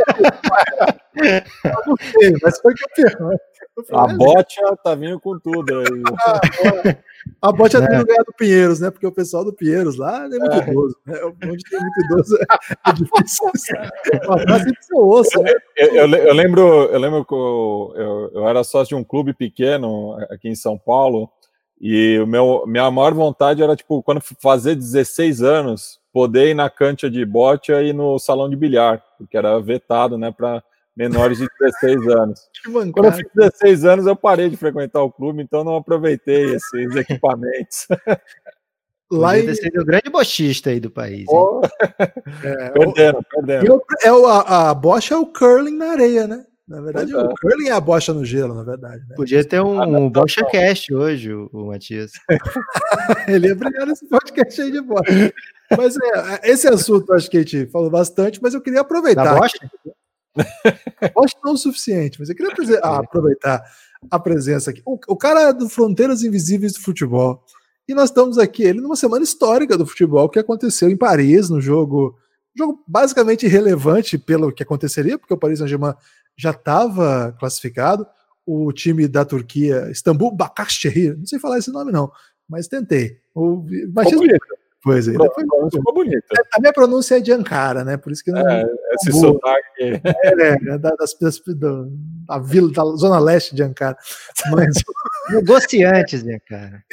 não sei, mas foi campeão. A Bocha tá vindo com tudo aí. A Bocha é. Tem lugar do Pinheiros, né? Porque o pessoal do Pinheiros lá é muito é. idoso. Né? Onde tem muito idoso é difícil. Mas tem que ser osso, né? Eu, eu, eu lembro, eu lembro que eu, eu, eu era sócio de um clube pequeno aqui em São Paulo. E o meu, minha maior vontade era, tipo, quando fazer dezesseis anos, poder ir na cancha de bote e no salão de bilhar, porque era vetado, né, para menores de dezesseis anos. Quando eu fiz dezesseis anos, eu parei de frequentar o clube, então não aproveitei esses equipamentos. Lá em... ser o grande bochista aí do país. Oh. É, perderam, o... perderam. É o, a, a bocha é o curling na areia, né? Na verdade, é. o curling é a bocha no gelo, na verdade. Né? Podia ter um, um Bocha Cast hoje, o, o Matias. Ele ia brilhar nesse podcast aí de bocha. Mas é, esse assunto acho que a gente falou bastante, mas eu queria aproveitar. Da bocha? Bocha não é o suficiente, mas eu queria ah, aproveitar a presença aqui. O, o cara é do Fronteiras Invisíveis do Futebol. E nós estamos aqui, ele numa semana histórica do futebol que aconteceu em Paris, no jogo, jogo basicamente irrelevante pelo que aconteceria, porque o Paris Saint-Germain já estava classificado, o time da Turquia, Istambul Başakşehir, não sei falar esse nome não, mas tentei. O machismo pois é, ficou bonito. A minha pronúncia é de Ankara, né? Por isso que não é, esse sotaque é, é da, das, das, da, da vila, da zona leste de Ankara. Mas negociantes de Ankara.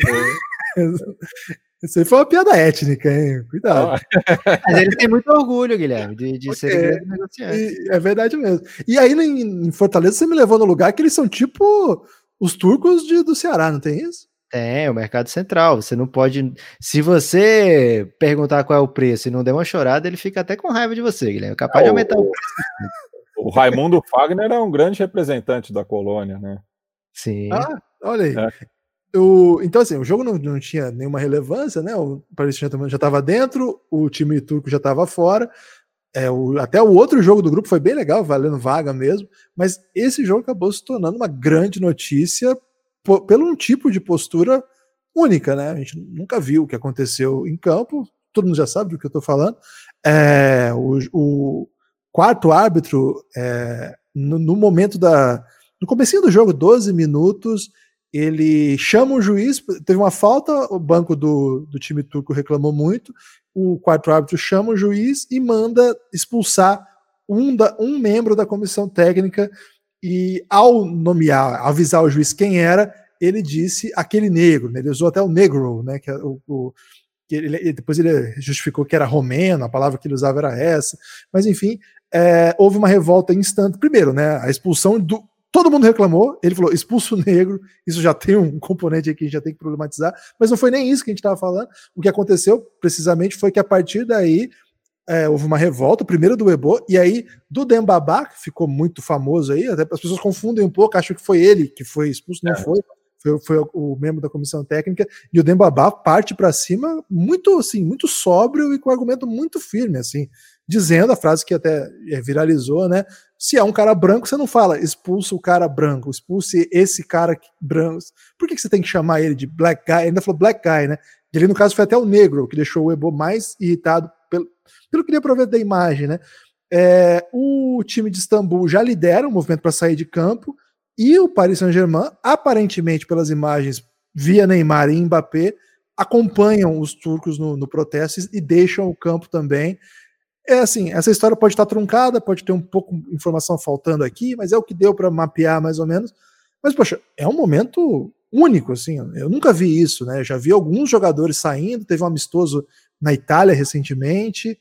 Isso aí foi uma piada étnica, hein? Cuidado. Mas eles têm muito orgulho, Guilherme, de, de okay. serem grandes negociantes. É verdade mesmo. E aí, em, em Fortaleza, você me levou no lugar que eles são tipo os turcos de, do Ceará, não tem isso? Tem, o mercado central. Você não pode. Se você perguntar qual é o preço e não der uma chorada, ele fica até com raiva de você, Guilherme. É capaz de aumentar o, o preço. O Raimundo Fagner é um grande representante da colônia, né? Sim. Ah, olha aí. É. O, então, assim, o jogo não, não tinha nenhuma relevância, né? O Paris Saint-Germain já estava dentro, o time turco já estava fora. É, o, até o outro jogo do grupo foi bem legal, valendo vaga mesmo, mas esse jogo acabou se tornando uma grande notícia por, pelo um tipo de postura única, né? A gente nunca viu o que aconteceu em campo, todo mundo já sabe do que eu estou falando. É, o, o quarto árbitro, é, no, no momento da. No comecinho do jogo, doze minutos, ele chama o juiz, teve uma falta, o banco do, do time turco reclamou muito, o quarto árbitro chama o juiz e manda expulsar um, da, um membro da comissão técnica, e ao nomear, avisar o juiz quem era, ele disse aquele negro, né? Ele usou até o negro, né? Que é o, o que ele, depois ele justificou que era romeno, a palavra que ele usava era essa, mas enfim, é, houve uma revolta instante. Primeiro, né? A expulsão do. Todo mundo reclamou, ele falou expulso o negro, isso já tem um componente aqui que a gente já tem que problematizar, mas não foi nem isso que a gente estava falando. O que aconteceu precisamente foi que a partir daí é, houve uma revolta, primeiro do Ebo, e aí do Dembaba, que ficou muito famoso aí, até as pessoas confundem um pouco, acham que foi ele que foi expulso, não é. foi, foi, foi o, o membro da comissão técnica, e o Dembaba parte para cima muito, assim, muito sóbrio e com um argumento muito firme, assim, dizendo a frase que até viralizou, né? Se é um cara branco, você não fala expulsa o cara branco, expulse esse cara branco. Por que, que você tem que chamar ele de black guy? Ele ainda falou black guy, né? E ali, no caso, foi até o negro que deixou o Ebo mais irritado pelo, pelo que deu para ver da imagem, né? É, o time de Istambul já lidera o movimento para sair de campo, e o Paris Saint-Germain, aparentemente pelas imagens via Neymar e Mbappé, acompanham os turcos no, no protesto e deixam o campo também. É assim, essa história pode estar truncada, pode ter um pouco de informação faltando aqui, mas é o que deu para mapear mais ou menos. Mas, poxa, é um momento único, assim, eu nunca vi isso, né? Eu já vi alguns jogadores saindo, teve um amistoso na Itália recentemente,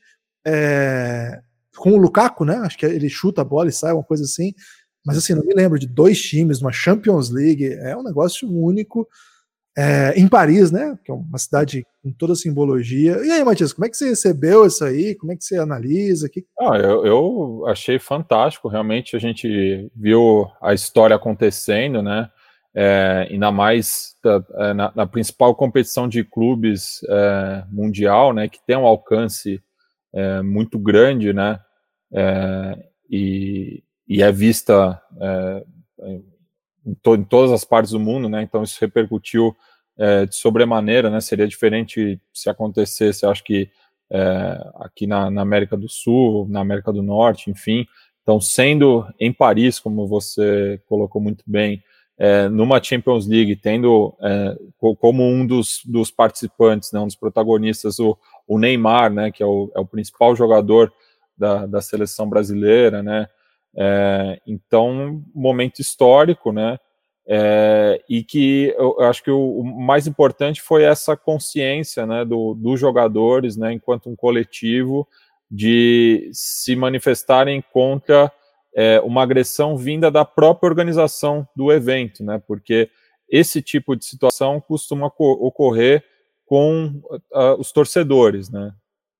é, com o Lukaku, né? Acho que ele chuta a bola e sai, uma coisa assim. Mas, assim, não me lembro de dois times numa Champions League, é um negócio único. É, em Paris, né, que é uma cidade com toda a simbologia. E aí, Matias, como é que você recebeu isso aí? Como é que você analisa? Que... Ah, eu, eu achei fantástico, realmente a gente viu a história acontecendo, né, é, ainda mais da, na, na principal competição de clubes é, mundial, né, que tem um alcance é, muito grande, né, é, e, e é vista é, em, to, em todas as partes do mundo, né, então isso repercutiu É, de sobremaneira, né? Seria diferente se acontecesse, acho que é, aqui na, na América do Sul, na América do Norte, enfim. Então, sendo em Paris, como você colocou muito bem, é, numa Champions League, tendo é, como um dos, dos participantes, né, um dos protagonistas, o, o Neymar, né, que é o, é o principal jogador da, da seleção brasileira, né? É, então, momento histórico, né? É, e que eu acho que o, o mais importante foi essa consciência, né, do, dos jogadores, né, enquanto um coletivo, de se manifestarem contra é, uma agressão vinda da própria organização do evento, né, porque esse tipo de situação costuma ocorrer com uh, os torcedores, né,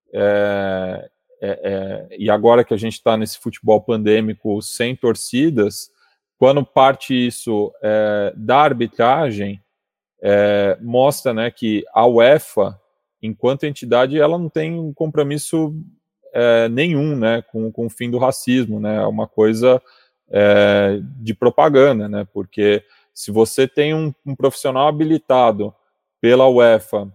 é, é, é, e agora que a gente está nesse futebol pandêmico sem torcidas, quando parte isso é, da arbitragem, é, mostra, né, que a UEFA, enquanto entidade, ela não tem um compromisso é, nenhum, né, com, com o fim do racismo, né, é uma coisa é, de propaganda, né, porque se você tem um, um profissional habilitado pela UEFA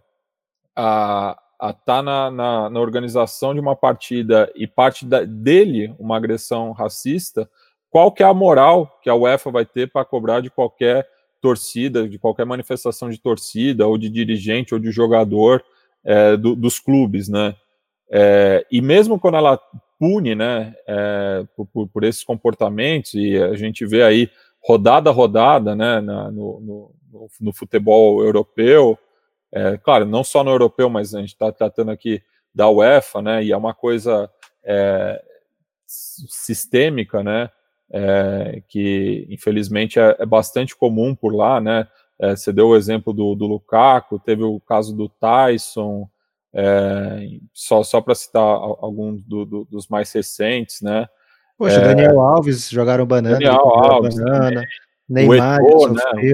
a estar na, na, na organização de uma partida e parte da, dele uma agressão racista, qual que é a moral que a UEFA vai ter para cobrar de qualquer torcida, de qualquer manifestação de torcida, ou de dirigente, ou de jogador é, do, dos clubes, né? É, e mesmo quando ela pune, né, é, por, por esses comportamentos, e a gente vê aí rodada a rodada, né, na, no, no, no futebol europeu, é, claro, não só no europeu, mas a gente está tratando aqui da UEFA, né, e é uma coisa é, sistêmica, né, É, que infelizmente é, é bastante comum por lá, né? É, você deu o exemplo do, do Lukaku, teve o caso do Tyson, é, só, só para citar alguns do, do, dos mais recentes, né? Poxa, é, Daniel Alves jogaram banana, Daniel Alves, banana, também. Neymar o Eto'o, né?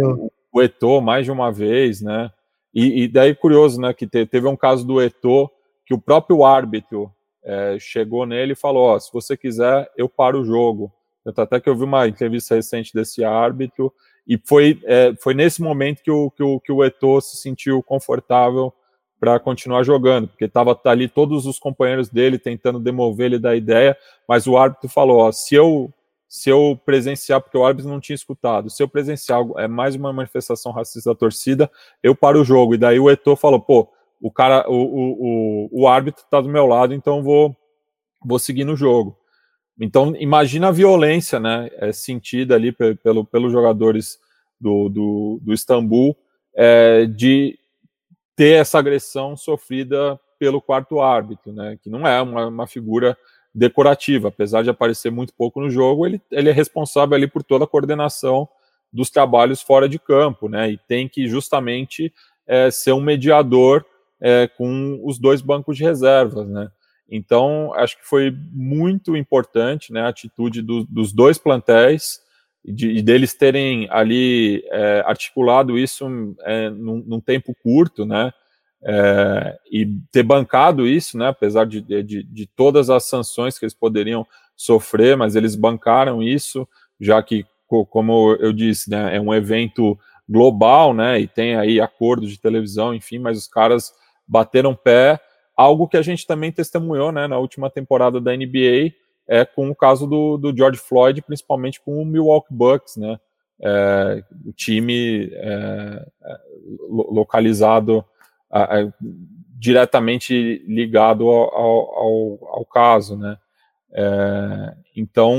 o Eto'o mais de uma vez, né? E, e daí curioso, né, que te, teve um caso do Eto'o que o próprio árbitro é, chegou nele e falou, ó, se você quiser, eu paro o jogo. Tanto até que eu vi uma entrevista recente desse árbitro, e foi, é, foi nesse momento que o, que o, que o Eto'o se sentiu confortável para continuar jogando, porque estava ali todos os companheiros dele tentando demover ele da ideia, mas o árbitro falou, ó, se eu, se eu presenciar, porque o árbitro não tinha escutado, se eu presenciar é mais uma manifestação racista da torcida, eu paro o jogo. E daí o Eto'o falou, pô, o cara, o, o, o, o árbitro está do meu lado, então vou, vou seguir no jogo. Então, imagina a violência, né, é, sentida ali pelos pelo, pelos jogadores do, do, do Istambul, é, de ter essa agressão sofrida pelo quarto árbitro, né, que não é uma, uma figura decorativa, apesar de aparecer muito pouco no jogo, ele, ele é responsável ali por toda a coordenação dos trabalhos fora de campo, né, e tem que justamente é, ser um mediador é, com os dois bancos de reservas, né. Então, acho que foi muito importante, né, a atitude do, dos dois plantéis, de, de deles terem ali é, articulado isso é, num, num tempo curto, né, é, e ter bancado isso, né, apesar de, de, de todas as sanções que eles poderiam sofrer, mas eles bancaram isso, já que, como eu disse, né, é um evento global, né, e tem aí acordos de televisão, enfim, mas os caras bateram pé. Algo que a gente também testemunhou, né, na última temporada da N B A, é, com o caso do, do George Floyd, principalmente com o Milwaukee Bucks, né, é, o time é, localizado, é, diretamente ligado ao, ao, ao caso, né. É, então,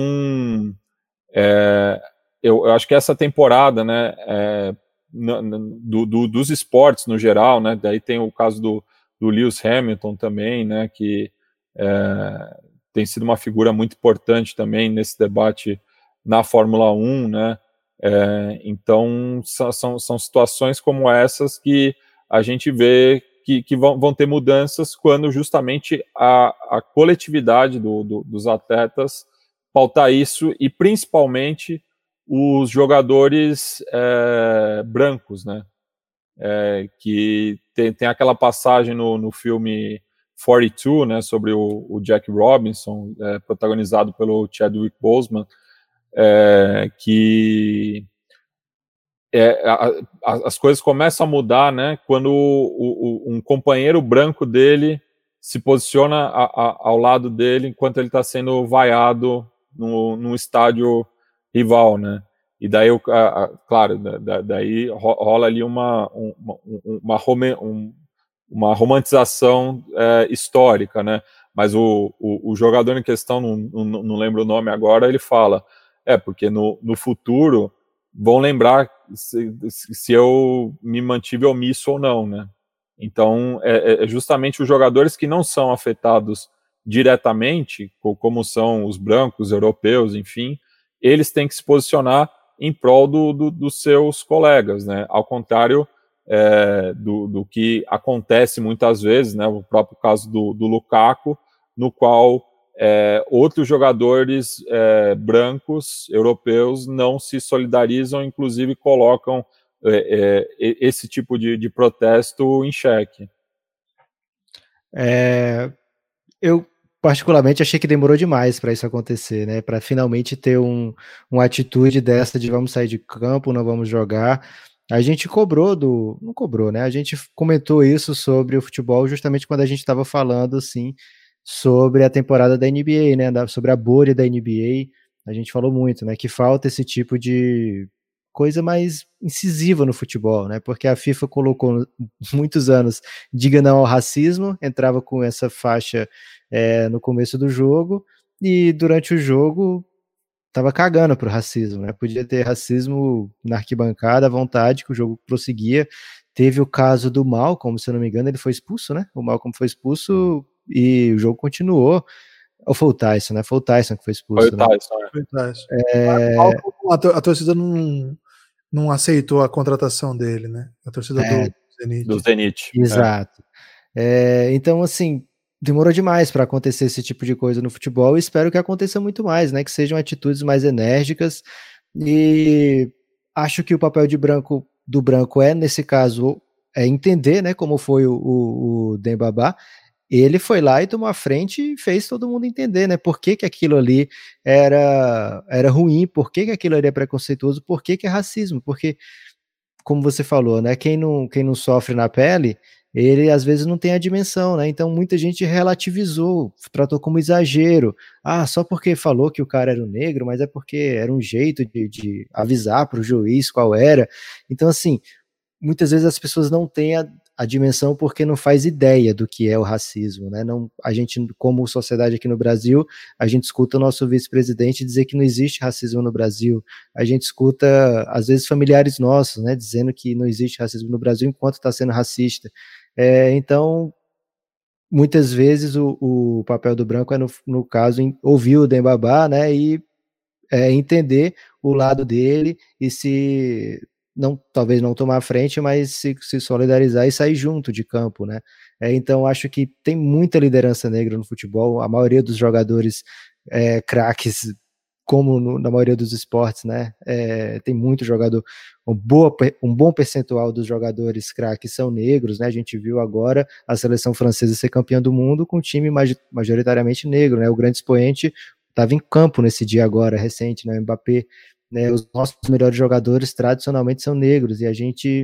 é, eu, eu acho que essa temporada, né, é, no, no, do, do, dos esportes no geral, né, daí tem o caso do do Lewis Hamilton também, né, que é, tem sido uma figura muito importante também nesse debate na Fórmula um, né, é, então são, são situações como essas que a gente vê que, que vão, vão ter mudanças quando justamente a, a coletividade do, do, dos atletas pautar isso, e principalmente os jogadores é, brancos, né, É, que tem, tem aquela passagem no, no filme quarenta e dois, né, sobre o, o Jack Robinson, é, protagonizado pelo Chadwick Boseman, é, que é, a, a, as coisas começam a mudar, né, quando o, o, um companheiro branco dele se posiciona a, a, ao lado dele enquanto ele está sendo vaiado no, num estádio rival, né. E daí, a, a, claro, da, daí rola ali uma, uma, uma, uma, uma romantização é, histórica, né? Mas o, o, o jogador em questão, não, não, não lembro o nome agora, ele fala, é, porque no, no futuro vão lembrar se, se eu me mantive omisso ou não, né? Então, é, é justamente os jogadores que não são afetados diretamente, como são os brancos, europeus, enfim, eles têm que se posicionar em prol do, do, dos seus colegas, né? Ao contrário é, do, do que acontece muitas vezes, né? O próprio caso do, do Lukaku, no qual é, outros jogadores é, brancos, europeus, não se solidarizam, inclusive colocam é, é, esse tipo de, de protesto em xeque. É, eu particularmente achei que demorou demais para isso acontecer, né? Para finalmente ter um, uma atitude dessa de vamos sair de campo, não vamos jogar. A gente cobrou do, não cobrou, né? A gente comentou isso sobre o futebol justamente quando a gente estava falando assim sobre a temporada da N B A, né? Sobre a bolha da N B A. A gente falou muito, né? Que falta esse tipo de coisa mais incisiva no futebol, né? Porque a FIFA colocou muitos anos diga não ao racismo, entrava com essa faixa é, no começo do jogo, e durante o jogo tava cagando pro racismo, né? Podia ter racismo na arquibancada à vontade, que o jogo prosseguia. Teve o caso do Malcolm, se eu não me engano, ele foi expulso, né? O Malcolm foi expulso e o jogo continuou. Ou foi o Tyson, né? Foi o Tyson que foi expulso. Foi o Tyson, né? Foi o Tyson. É... A, a torcida não, não aceitou a contratação dele, né? A torcida é, do Zenit. Do Zenit. Exato. É. É, então, assim, demorou demais para acontecer esse tipo de coisa no futebol, e espero que aconteça muito mais, né? Que sejam atitudes mais enérgicas, e acho que o papel de branco do branco é, nesse caso, é entender, né, como foi o, o, o Dembaba. Ele foi lá e tomou a frente e fez todo mundo entender, né, por que que aquilo ali era, era ruim, por que que aquilo ali é preconceituoso, por que que é racismo, porque, como você falou, né, quem não, quem não sofre na pele, ele às vezes não tem a dimensão, né, então muita gente relativizou, tratou como exagero, ah, só porque falou que o cara era um negro, mas é porque era um jeito de, de avisar para o juiz qual era, então assim, muitas vezes as pessoas não têm a, a dimensão porque não faz ideia do que é o racismo, né? Não, a gente, como sociedade aqui no Brasil, a gente escuta o nosso vice-presidente dizer que não existe racismo no Brasil, a gente escuta, às vezes, familiares nossos, né, dizendo que não existe racismo no Brasil enquanto está sendo racista. É, então, muitas vezes o, o papel do branco é, no, no caso, em, ouvir o Dembaba, né, e é, entender o lado dele e se não, talvez não tomar a frente, mas se, se solidarizar e sair junto de campo, né? É, então acho que tem muita liderança negra no futebol, a maioria dos jogadores é, craques, como no, na maioria dos esportes, né? É, tem muito jogador, um, boa, um bom percentual dos jogadores craques são negros, né? A gente viu agora a seleção francesa ser campeã do mundo com um time majoritariamente negro, né? O grande expoente estava em campo nesse dia agora, recente, né, o Mbappé, né, os nossos melhores jogadores tradicionalmente são negros, e a gente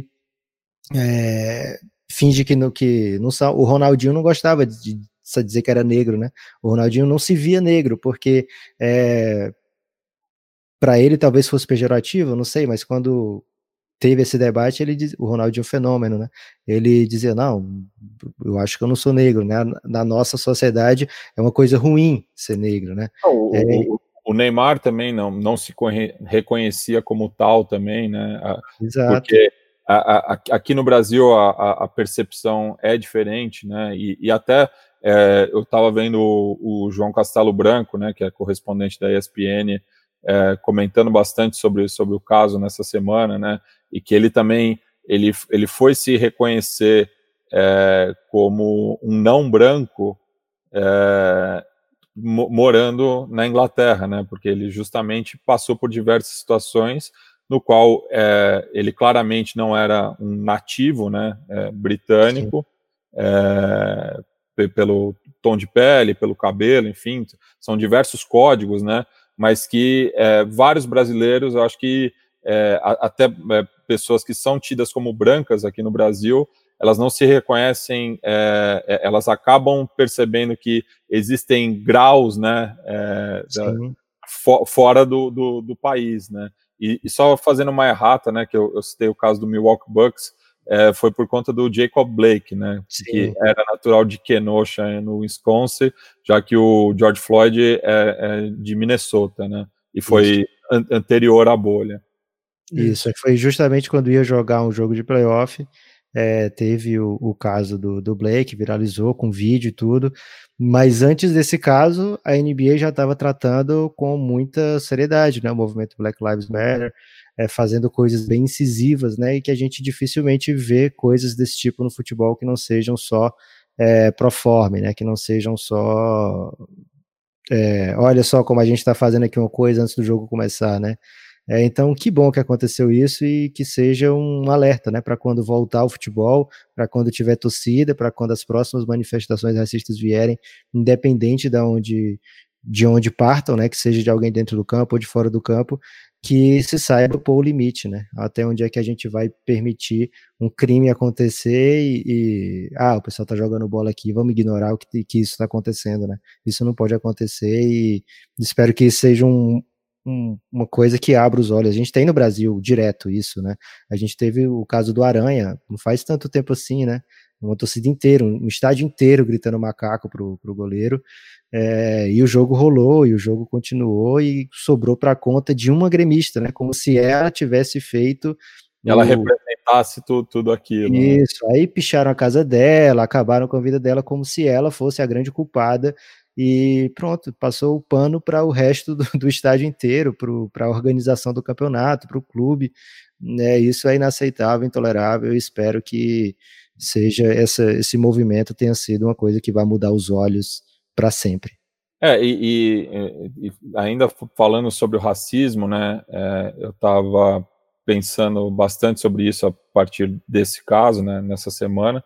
é, finge que, no, que não, o Ronaldinho não gostava de, de dizer que era negro, né, o Ronaldinho não se via negro, porque é, para ele talvez fosse pejorativo, não sei, mas quando teve esse debate, ele diz, o Ronaldinho é um fenômeno, né? Ele dizia, não, eu acho que eu não sou negro, né? Na nossa sociedade é uma coisa ruim ser negro, né? O, é, o, o Neymar também não, não se reconhecia como tal também, né? Exato. Porque a, a, aqui no Brasil a, a percepção é diferente, né? E, e até é, eu estava vendo o, o João Castelo Branco, né? Que é correspondente da E S P N, é, comentando bastante sobre, sobre o caso nessa semana, né? E que ele também ele, ele foi se reconhecer é, como um não branco é, morando na Inglaterra, né? Porque ele justamente passou por diversas situações no qual é, ele claramente não era um nativo, né? É, britânico, é, pelo tom de pele, pelo cabelo, enfim, são diversos códigos, né? Mas que é, vários brasileiros, eu acho que é, até é, pessoas que são tidas como brancas aqui no Brasil, elas não se reconhecem, é, elas acabam percebendo que existem graus, né, é, da, for, fora do, do, do país, né, e, e só fazendo uma errata, né, que eu, eu citei o caso do Milwaukee Bucks, é, foi por conta do Jacob Blake, né, Sim. que era natural de Kenosha, no Wisconsin, já que o George Floyd é, é de Minnesota, né, e foi an anterior à bolha. Isso, foi justamente quando ia jogar um jogo de playoff, é, teve o, o caso do, do Blake, viralizou com vídeo e tudo, mas antes desse caso, a N B A já estava tratando com muita seriedade, né, o movimento Black Lives Matter, é, fazendo coisas bem incisivas, né, e que a gente dificilmente vê coisas desse tipo no futebol que não sejam só é, pro forma, né, que não sejam só, é, olha só como a gente está fazendo aqui uma coisa antes do jogo começar, né. É, então, que bom que aconteceu isso e que seja um alerta, né, para quando voltar o futebol, para quando tiver torcida, para quando as próximas manifestações racistas vierem, independente de onde, de onde partam, né, que seja de alguém dentro do campo ou de fora do campo, que se saiba pôr o limite, né, até onde é que a gente vai permitir um crime acontecer e, e ah, o pessoal tá jogando bola aqui, vamos ignorar o que, que isso está acontecendo, né, isso não pode acontecer e espero que seja um uma coisa que abra os olhos. A gente tem no Brasil direto isso, né? A gente teve o caso do Aranha, não faz tanto tempo assim, né? Uma torcida inteira, um estádio inteiro gritando macaco pro, pro goleiro, é, e o jogo rolou, e o jogo continuou, e sobrou para conta de uma gremista, né? Como se ela tivesse feito... Ela o... representasse tudo, tudo aquilo. Isso, né? Aí picharam a casa dela, acabaram com a vida dela como se ela fosse a grande culpada, e pronto, passou o pano para o resto do, do estádio inteiro, para a organização do campeonato, para o clube, né? Isso é inaceitável, intolerável, eu espero que seja essa, esse movimento tenha sido uma coisa que vai mudar os olhos para sempre. É, e, e, e ainda falando sobre o racismo, né, é, eu estava pensando bastante sobre isso a partir desse caso, né, nessa semana,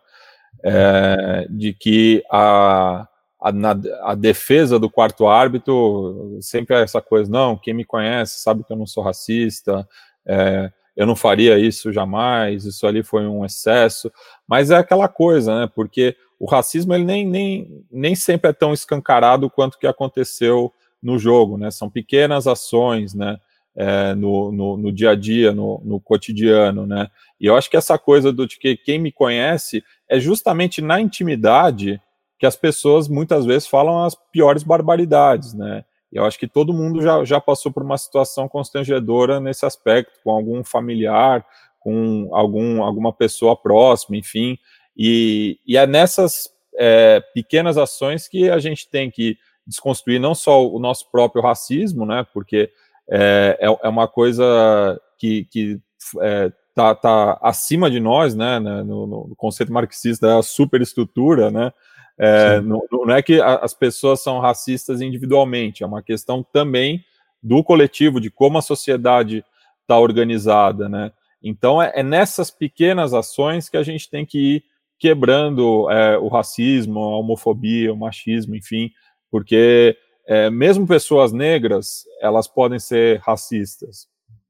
é, de que a, a, na, a defesa do quarto árbitro sempre é essa coisa, não, quem me conhece sabe que eu não sou racista, é, eu não faria isso jamais, isso ali foi um excesso, mas é aquela coisa, né, porque o racismo ele nem, nem, nem sempre é tão escancarado quanto que aconteceu no jogo, né, são pequenas ações, né, é, no, no, no dia a dia, no, no cotidiano, né, e eu acho que essa coisa do de que quem me conhece é justamente na intimidade que as pessoas muitas vezes falam as piores barbaridades, né, eu acho que todo mundo já, já passou por uma situação constrangedora nesse aspecto, com algum familiar, com algum, alguma pessoa próxima, enfim, e, e é nessas é, pequenas ações que a gente tem que desconstruir não só o nosso próprio racismo, né, porque é, é uma coisa que, que é, tá, tá acima de nós, né, no, no conceito marxista da superestrutura, né, é, não, não é que as pessoas são racistas individualmente, é uma questão também do coletivo, de como a sociedade está organizada, né, então é, é nessas pequenas ações que a gente tem que ir quebrando é, o racismo, a homofobia, o machismo, enfim, porque é, mesmo pessoas negras, elas podem ser racistas.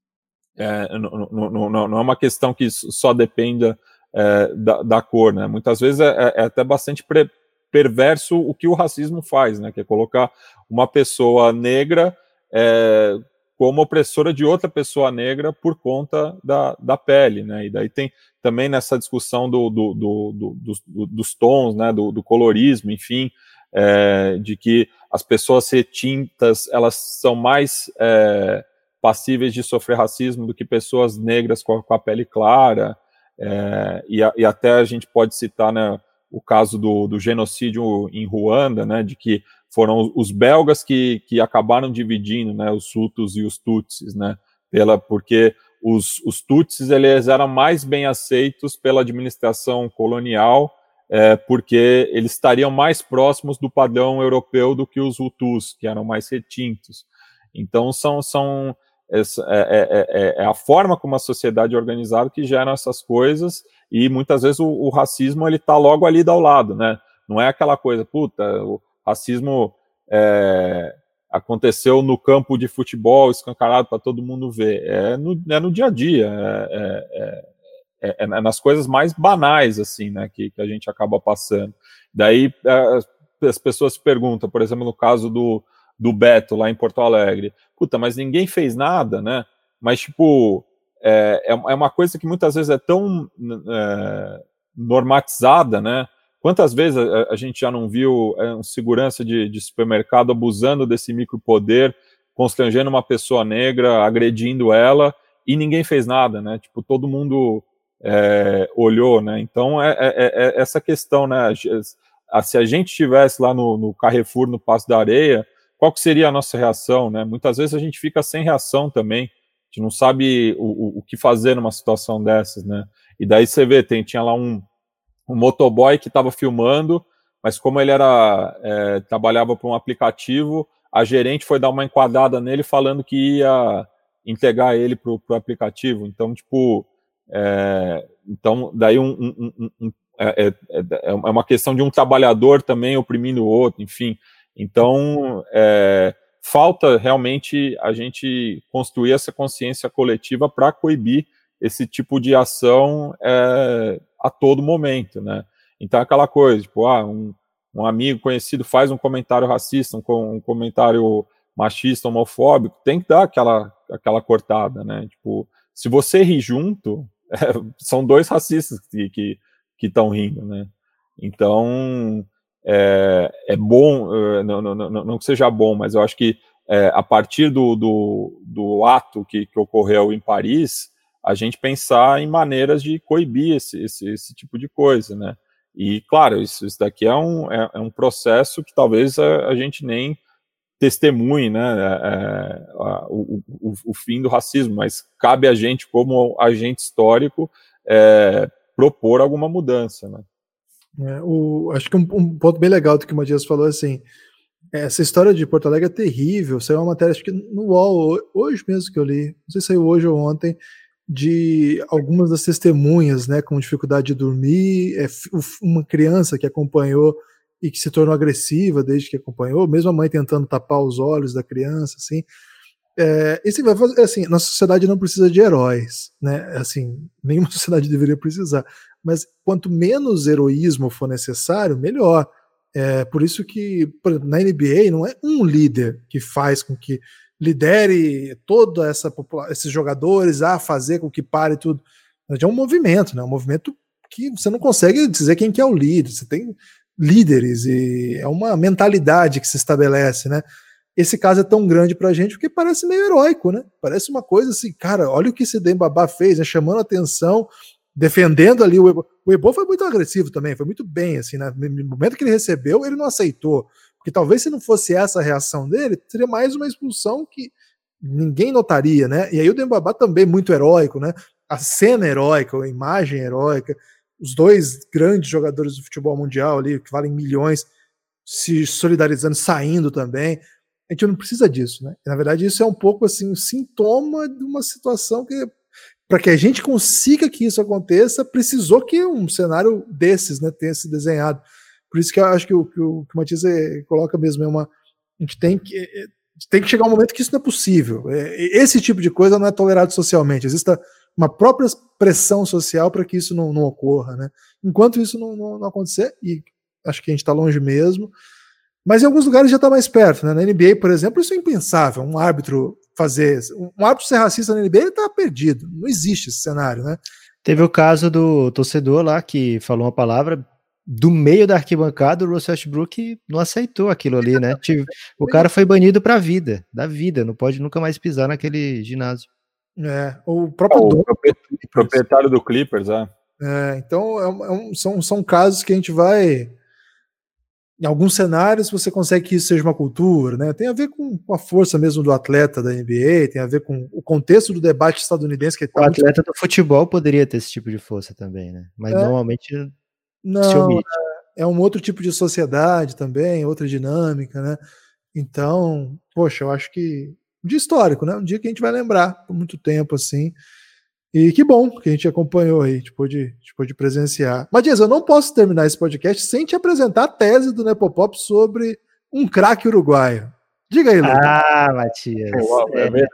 É, não, não, não, não é uma questão que só dependa é, da, da cor, né? Muitas vezes é, é até bastante pre, perverso o que o racismo faz, né? Que é colocar uma pessoa negra é, como opressora de outra pessoa negra por conta da, da pele, né? E daí tem também nessa discussão do, do, do, do, dos, dos tons, né? Do, do colorismo, enfim, é, de que as pessoas retintas, elas são mais é, passíveis de sofrer racismo do que pessoas negras com a, com a pele clara, é, e, a, e até a gente pode citar, né, o caso do, do genocídio em Ruanda, né, de que foram os belgas que, que acabaram dividindo, né, os Hutus e os Tutsis, né, pela, porque os, os Tutsis eles eram mais bem aceitos pela administração colonial, é, porque eles estariam mais próximos do padrão europeu do que os Hutus, que eram mais retintos. Então, são, são, é, é, é, é a forma como a sociedade é organizada que gera essas coisas, e muitas vezes o, o racismo está logo ali ao lado, né? Não é aquela coisa, puta, o racismo é, aconteceu no campo de futebol, escancarado para todo mundo ver. É no, é no dia a dia, é, é, É, é nas coisas mais banais, assim, né, que, que a gente acaba passando. Daí é, as pessoas se perguntam, por exemplo, no caso do, do Beto, lá em Porto Alegre, puta, mas ninguém fez nada, né, mas, tipo, é, é uma coisa que muitas vezes é tão é, normatizada, né, quantas vezes a, a gente já não viu é, um segurança de, de supermercado abusando desse micropoder, constrangendo uma pessoa negra, agredindo ela, e ninguém fez nada, né, tipo, todo mundo É, olhou, né? Então é, é, é essa questão, né? Se a gente estivesse lá no, no Carrefour, no Passo da Areia, qual que seria a nossa reação, né? Muitas vezes a gente fica sem reação também, a gente não sabe o, o, o que fazer numa situação dessas, né? E daí você vê, tem, tinha lá um, um motoboy que estava filmando, mas como ele era é, trabalhava para um aplicativo, a gerente foi dar uma enquadrada nele falando que ia entregar ele para o aplicativo. Então, tipo, É, então, daí um, um, um, um, é, é, é uma questão de um trabalhador também oprimindo o outro, enfim. Então, é, falta realmente a gente construir essa consciência coletiva para coibir esse tipo de ação é, a todo momento, né? Então, aquela coisa, tipo, ah, um, um amigo conhecido faz um comentário racista, um, um comentário machista, homofóbico, tem que dar aquela, aquela cortada, né? Tipo, se você ri junto, é, são dois racistas que estão rindo, né? Então, é, é bom, é, não, não, não, não que seja bom, mas eu acho que é, a partir do, do, do ato que, que ocorreu em Paris, a gente pensar em maneiras de coibir esse, esse, esse tipo de coisa, né? E, claro, isso, isso daqui é um, é, é um processo que talvez a, a gente nem testemunhe, né, é, a, o, o, o fim do racismo, mas cabe a gente, como agente histórico, é, propor alguma mudança, né. É, o, acho que um, um ponto bem legal do que o Matias falou, assim, essa história de Porto Alegre é terrível, saiu uma matéria, acho que no U O L, hoje mesmo que eu li, não sei se saiu hoje ou ontem, de algumas das testemunhas, né, com dificuldade de dormir, é, uma criança que acompanhou e que se tornou agressiva desde que acompanhou, mesmo a mãe tentando tapar os olhos da criança, assim. É, esse, assim, nossa sociedade não precisa de heróis, né? Assim, nenhuma sociedade deveria precisar. Mas quanto menos heroísmo for necessário, melhor. É por isso que, por exemplo, na N B A não é um líder que faz com que lidere toda essa população, esses jogadores a fazer com que pare tudo. É um movimento, né? Um movimento que você não consegue dizer quem que é o líder. Você tem líderes e é uma mentalidade que se estabelece, né? Esse caso é tão grande pra gente porque parece meio heróico, né? Parece uma coisa assim, cara, olha o que esse Dembaba fez, né? Chamando atenção, defendendo ali o Ebo. O Ebo foi muito agressivo também, foi muito bem, assim, né? No momento que ele recebeu, ele não aceitou. Porque talvez se não fosse essa a reação dele, seria mais uma expulsão que ninguém notaria, né? E aí o Dembaba também muito heróico, né? A cena heróica, a imagem heróica, os dois grandes jogadores do futebol mundial ali, que valem milhões, se solidarizando, saindo também. A gente não precisa disso, né? E, na verdade, isso é um pouco assim, um sintoma de uma situação que, para que a gente consiga que isso aconteça, precisou que um cenário desses, né, tenha se desenhado. Por isso que eu acho que o que o, que o Matias coloca mesmo é uma. A gente tem que, tem que chegar um momento que isso não é possível. Esse tipo de coisa não é tolerado socialmente. Existe uma própria pressão social para que isso não, não ocorra, né? Enquanto isso não, não, não acontecer, e acho que a gente está longe mesmo. Mas em alguns lugares já está mais perto, né? Na N B A, por exemplo, isso é impensável. Um árbitro fazer. Um árbitro ser racista na N B A, ele está perdido. Não existe esse cenário, né? Teve o caso do torcedor lá que falou uma palavra do meio da arquibancada, o Russell Westbrook não aceitou aquilo ali, né? O cara foi banido para a vida, da vida, não pode nunca mais pisar naquele ginásio. É, o próprio oh, dono, o proprietário do Clippers, é. é então é um, são, são casos que a gente vai. Em alguns cenários você consegue que isso seja uma cultura, né? Tem a ver com a força mesmo do atleta da N B A, tem a ver com o contexto do debate estadunidense. Que tá o atleta muito... do futebol poderia ter esse tipo de força também, né? Mas é. normalmente não, se omite. É, é um outro tipo de sociedade também, outra dinâmica, né? Então, poxa, eu acho que um dia histórico, né? Um dia que a gente vai lembrar por muito tempo, assim. E que bom que a gente acompanhou aí, a gente pôde, a gente pôde presenciar. Matias, eu não posso terminar esse podcast sem te apresentar a tese do Nepopop sobre um craque uruguaio. Diga aí, Lucas. Ah, Matias. É, é.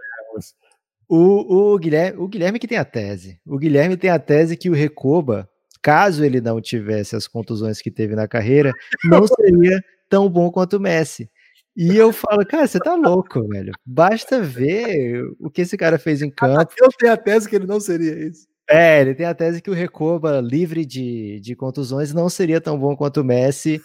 O, o, Guilherme, o Guilherme que tem a tese. O Guilherme tem a tese que o Recoba, caso ele não tivesse as contusões que teve na carreira, não seria tão bom quanto o Messi. E eu falo, cara, você tá louco, velho. Basta ver o que esse cara fez em campo. Eu tenho a tese que ele não seria isso. É, ele tem a tese que o Recoba, livre de, de contusões, não seria tão bom quanto o Messi.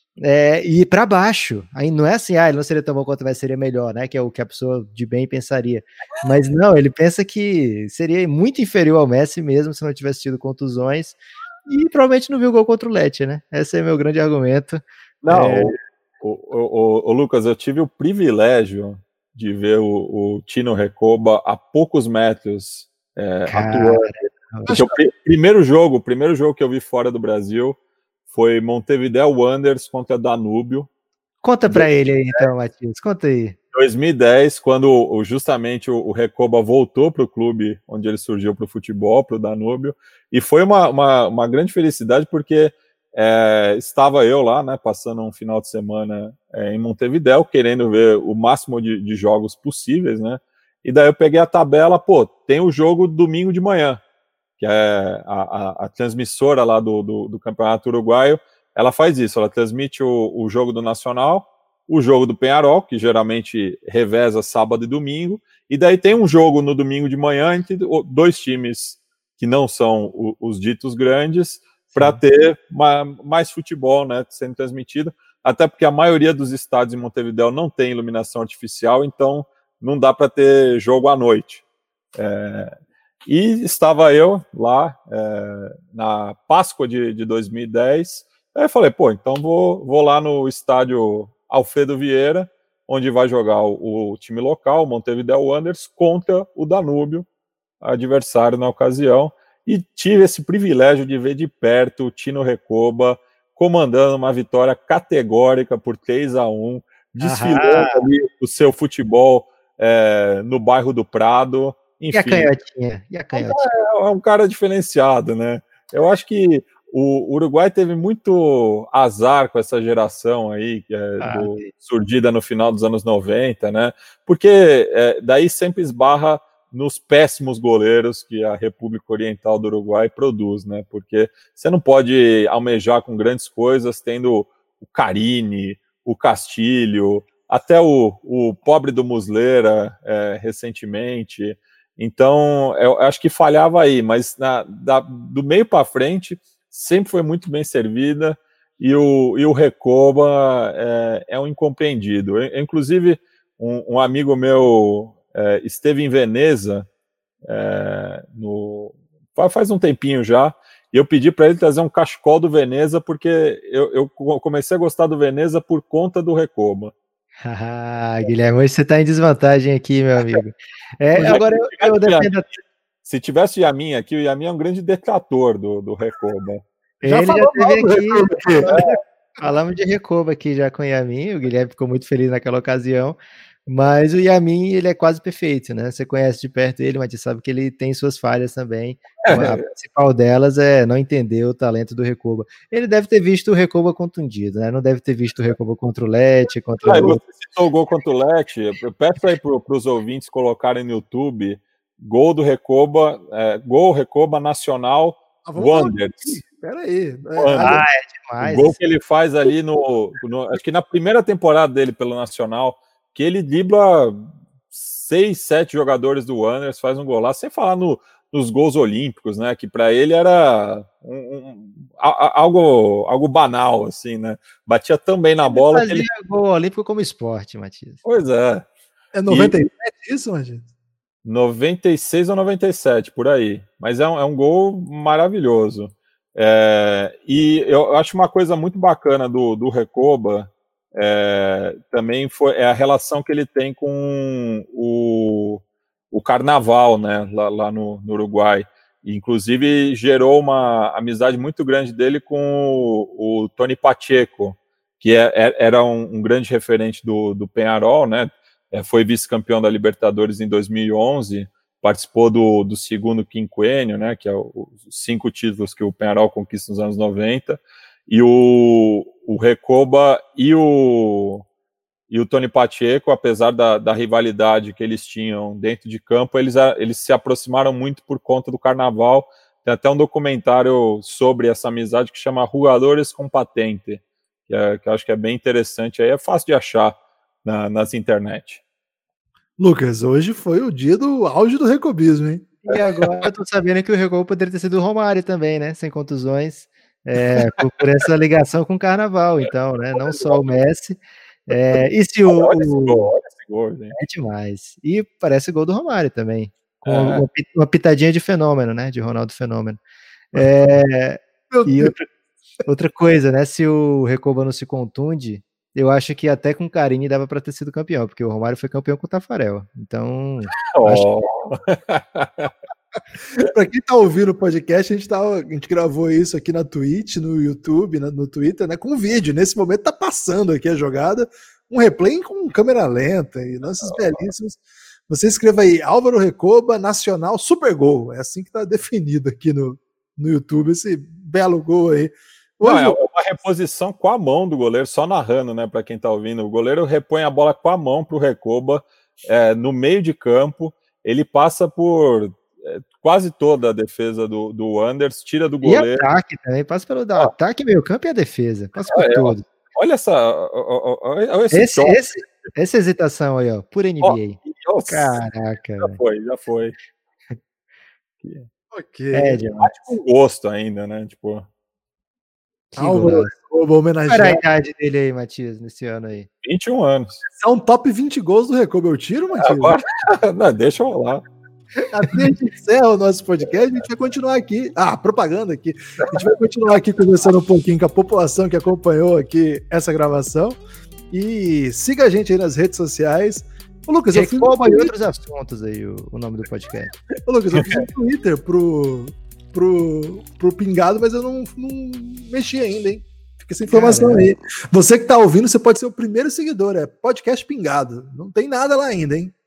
É, e para baixo. Aí não é assim, ah, ele não seria tão bom quanto o Messi, seria melhor, né? Que é o que a pessoa de bem pensaria. Mas não, ele pensa que seria muito inferior ao Messi mesmo se não tivesse tido contusões. E provavelmente não viu o gol contra o Lecce, né? Esse é meu grande argumento. Não, é... O, o, o Lucas, eu tive o privilégio de ver o, o Tino Recoba a poucos metros é, atuando. Porque o pr primeiro jogo, o primeiro jogo que eu vi fora do Brasil foi Montevideo Wanderers contra Danúbio. Conta pra ele aí, então, Matias, conta aí. dois mil e dez, quando justamente o, o Recoba voltou para o clube onde ele surgiu para o futebol, para o Danúbio, e foi uma, uma, uma grande felicidade porque É, estava eu lá, né, passando um final de semana é, em Montevideo, querendo ver o máximo de, de jogos possíveis, né, e daí eu peguei a tabela, pô, tem o jogo domingo de manhã, que é a, a, a transmissora lá do, do, do Campeonato Uruguaio, ela faz isso, ela transmite o, o jogo do Nacional, o jogo do Peñarol, que geralmente reveza sábado e domingo, e daí tem um jogo no domingo de manhã entre dois times que não são o, os ditos grandes, para ter uma, mais futebol, né, sendo transmitido, até porque a maioria dos estádios em Montevideo não tem iluminação artificial, então não dá para ter jogo à noite. É, e estava eu lá é, na Páscoa de, de dois mil e dez, aí eu falei, pô, então vou, vou lá no estádio Alfredo Vieira, onde vai jogar o, o time local, o Montevideo Wanderers, contra o Danúbio, adversário na ocasião. E tive esse privilégio de ver de perto o Tino Recoba comandando uma vitória categórica por três a um, desfilando Aham. ali o seu futebol é, no bairro do Prado, enfim. E a canhotinha? E a canhotinha? É, é um cara diferenciado, né? Eu acho que o Uruguai teve muito azar com essa geração aí, que é Ah, do, surgida no final dos anos noventa, né? Porque é, daí sempre esbarra nos péssimos goleiros que a República Oriental do Uruguai produz, né? Porque você não pode almejar com grandes coisas tendo o Carini, o Castilho, até o, o pobre do Muslera é, recentemente. Então, eu acho que falhava aí, mas na, da, do meio para frente sempre foi muito bem servida, e o, e o Recoba é, é um incompreendido. Eu, inclusive, um, um amigo meu é, esteve em Veneza é, no, faz um tempinho já, e eu pedi para ele trazer um cachecol do Veneza, porque eu, eu comecei a gostar do Veneza por conta do Recoba. Ah, Guilherme, hoje você está em desvantagem aqui, meu amigo. É, agora eu, eu defendo... Se tivesse o Yamin aqui, o Yamin é um grande detrator do, do Recoba. Ele já, já teve aqui, aqui. Falamos de Recoba aqui já com o Yamin, o Guilherme ficou muito feliz naquela ocasião, mas o Yamin, ele é quase perfeito, né? Você conhece de perto ele, mas você sabe que ele tem suas falhas também. É. A principal delas é não entender o talento do Recoba. Ele deve ter visto o Recoba contundido, né? Não deve ter visto o Recoba contra o Lete, contra ah, o... Você citou o gol contra o Lete, eu peço aí para os ouvintes colocarem no YouTube, gol do Recoba, é, gol Recoba Nacional ah, Wanderers. Peraí. Ah, é demais. O gol que ele faz ali no, no... Acho que na primeira temporada dele pelo Nacional, que ele dribla seis, sete jogadores do Wanderers, faz um gol lá, sem falar no, nos gols olímpicos, né? Que para ele era um, um, algo, algo banal, assim, né? Batia tão bem na ele bola. Fazia que ele... gol olímpico como esporte, Matias. Pois é. É noventa e sete e... isso, Matias? noventa e seis ou noventa e sete, por aí. Mas é um, é um gol maravilhoso. É, e eu acho uma coisa muito bacana do, do Recoba é, também foi é a relação que ele tem com o, o carnaval, né, lá, lá no, no Uruguai. E, inclusive gerou uma amizade muito grande dele com o, o Tony Pacheco, que é, é, era um, um grande referente do, do Peñarol, né? É, foi vice-campeão da Libertadores em dois mil e onze, participou do, do segundo quinquênio, né, que é o, os cinco títulos que o Peñarol conquista nos anos noventa, e o, o Recoba e o, e o Tony Pacheco, apesar da, da rivalidade que eles tinham dentro de campo, eles, eles se aproximaram muito por conta do carnaval. Tem até um documentário sobre essa amizade que chama Jugadores com Patente, que, é, que eu acho que é bem interessante, aí é fácil de achar na, nas internet. Lucas, hoje foi o dia do auge do recobismo, hein? E agora eu tô sabendo que o Recoba poderia ter sido o Romário também, né? Sem contusões, é, por, por essa ligação com o Carnaval, então, né? Não só o Messi. É, e se o. Olha esse gol, olha esse gol, gente. É demais. E parece o gol do Romário também. Com é. uma, uma pitadinha de fenômeno, né? De Ronaldo Fenômeno. É, e outra, outra coisa, né? Se o Recoba não se contunde, eu acho que até com o Carini dava para ter sido campeão, porque o Romário foi campeão com o Tafarel. Então. Oh. Acho que... Para quem tá ouvindo o podcast, a gente, tá, a gente gravou isso aqui na Twitch, no YouTube, no, no Twitter, né? Com vídeo. Nesse momento tá passando aqui a jogada, um replay com câmera lenta e lances oh. belíssimos. Você escreva aí, Álvaro Recoba, Nacional, Super Gol. É assim que tá definido aqui no, no YouTube, esse belo gol aí. Não, é uma reposição com a mão do goleiro, só narrando, né, para quem tá ouvindo. O goleiro repõe a bola com a mão pro Recoba, é, no meio de campo, ele passa por é, quase toda a defesa do, do Wanderers, tira do goleiro. E ataque também, passa pelo ah. ataque, meio campo e a defesa, passa por é, tudo. Olha essa... Olha esse, esse, esse essa hesitação aí, ó, por N B A. Oh, Caraca. Já foi, já foi. Ok. É, demais. Com gosto ainda, né, tipo... Álvaro Recoba homenageado. Qual era a idade dele aí, Matias, nesse ano aí? vinte e um anos. São top vinte gols do Recoba. Eu tiro, Matias? Agora, não, deixa eu rolar. Assim a gente encerra o nosso podcast, a gente vai continuar aqui. Ah, propaganda aqui. A gente vai continuar aqui conversando um pouquinho com a população que acompanhou aqui essa gravação. E siga a gente aí nas redes sociais. Ô, Lucas, eu fiz um e outros assuntos aí, o, o nome do podcast. Ô, Lucas, eu fiz um Twitter pro... Pro, pro Pingado, mas eu não, não mexi ainda, hein? Fica essa informação Caramba. aí. Você que tá ouvindo, você pode ser o primeiro seguidor, é Podcast Pingado. Não tem nada lá ainda, hein?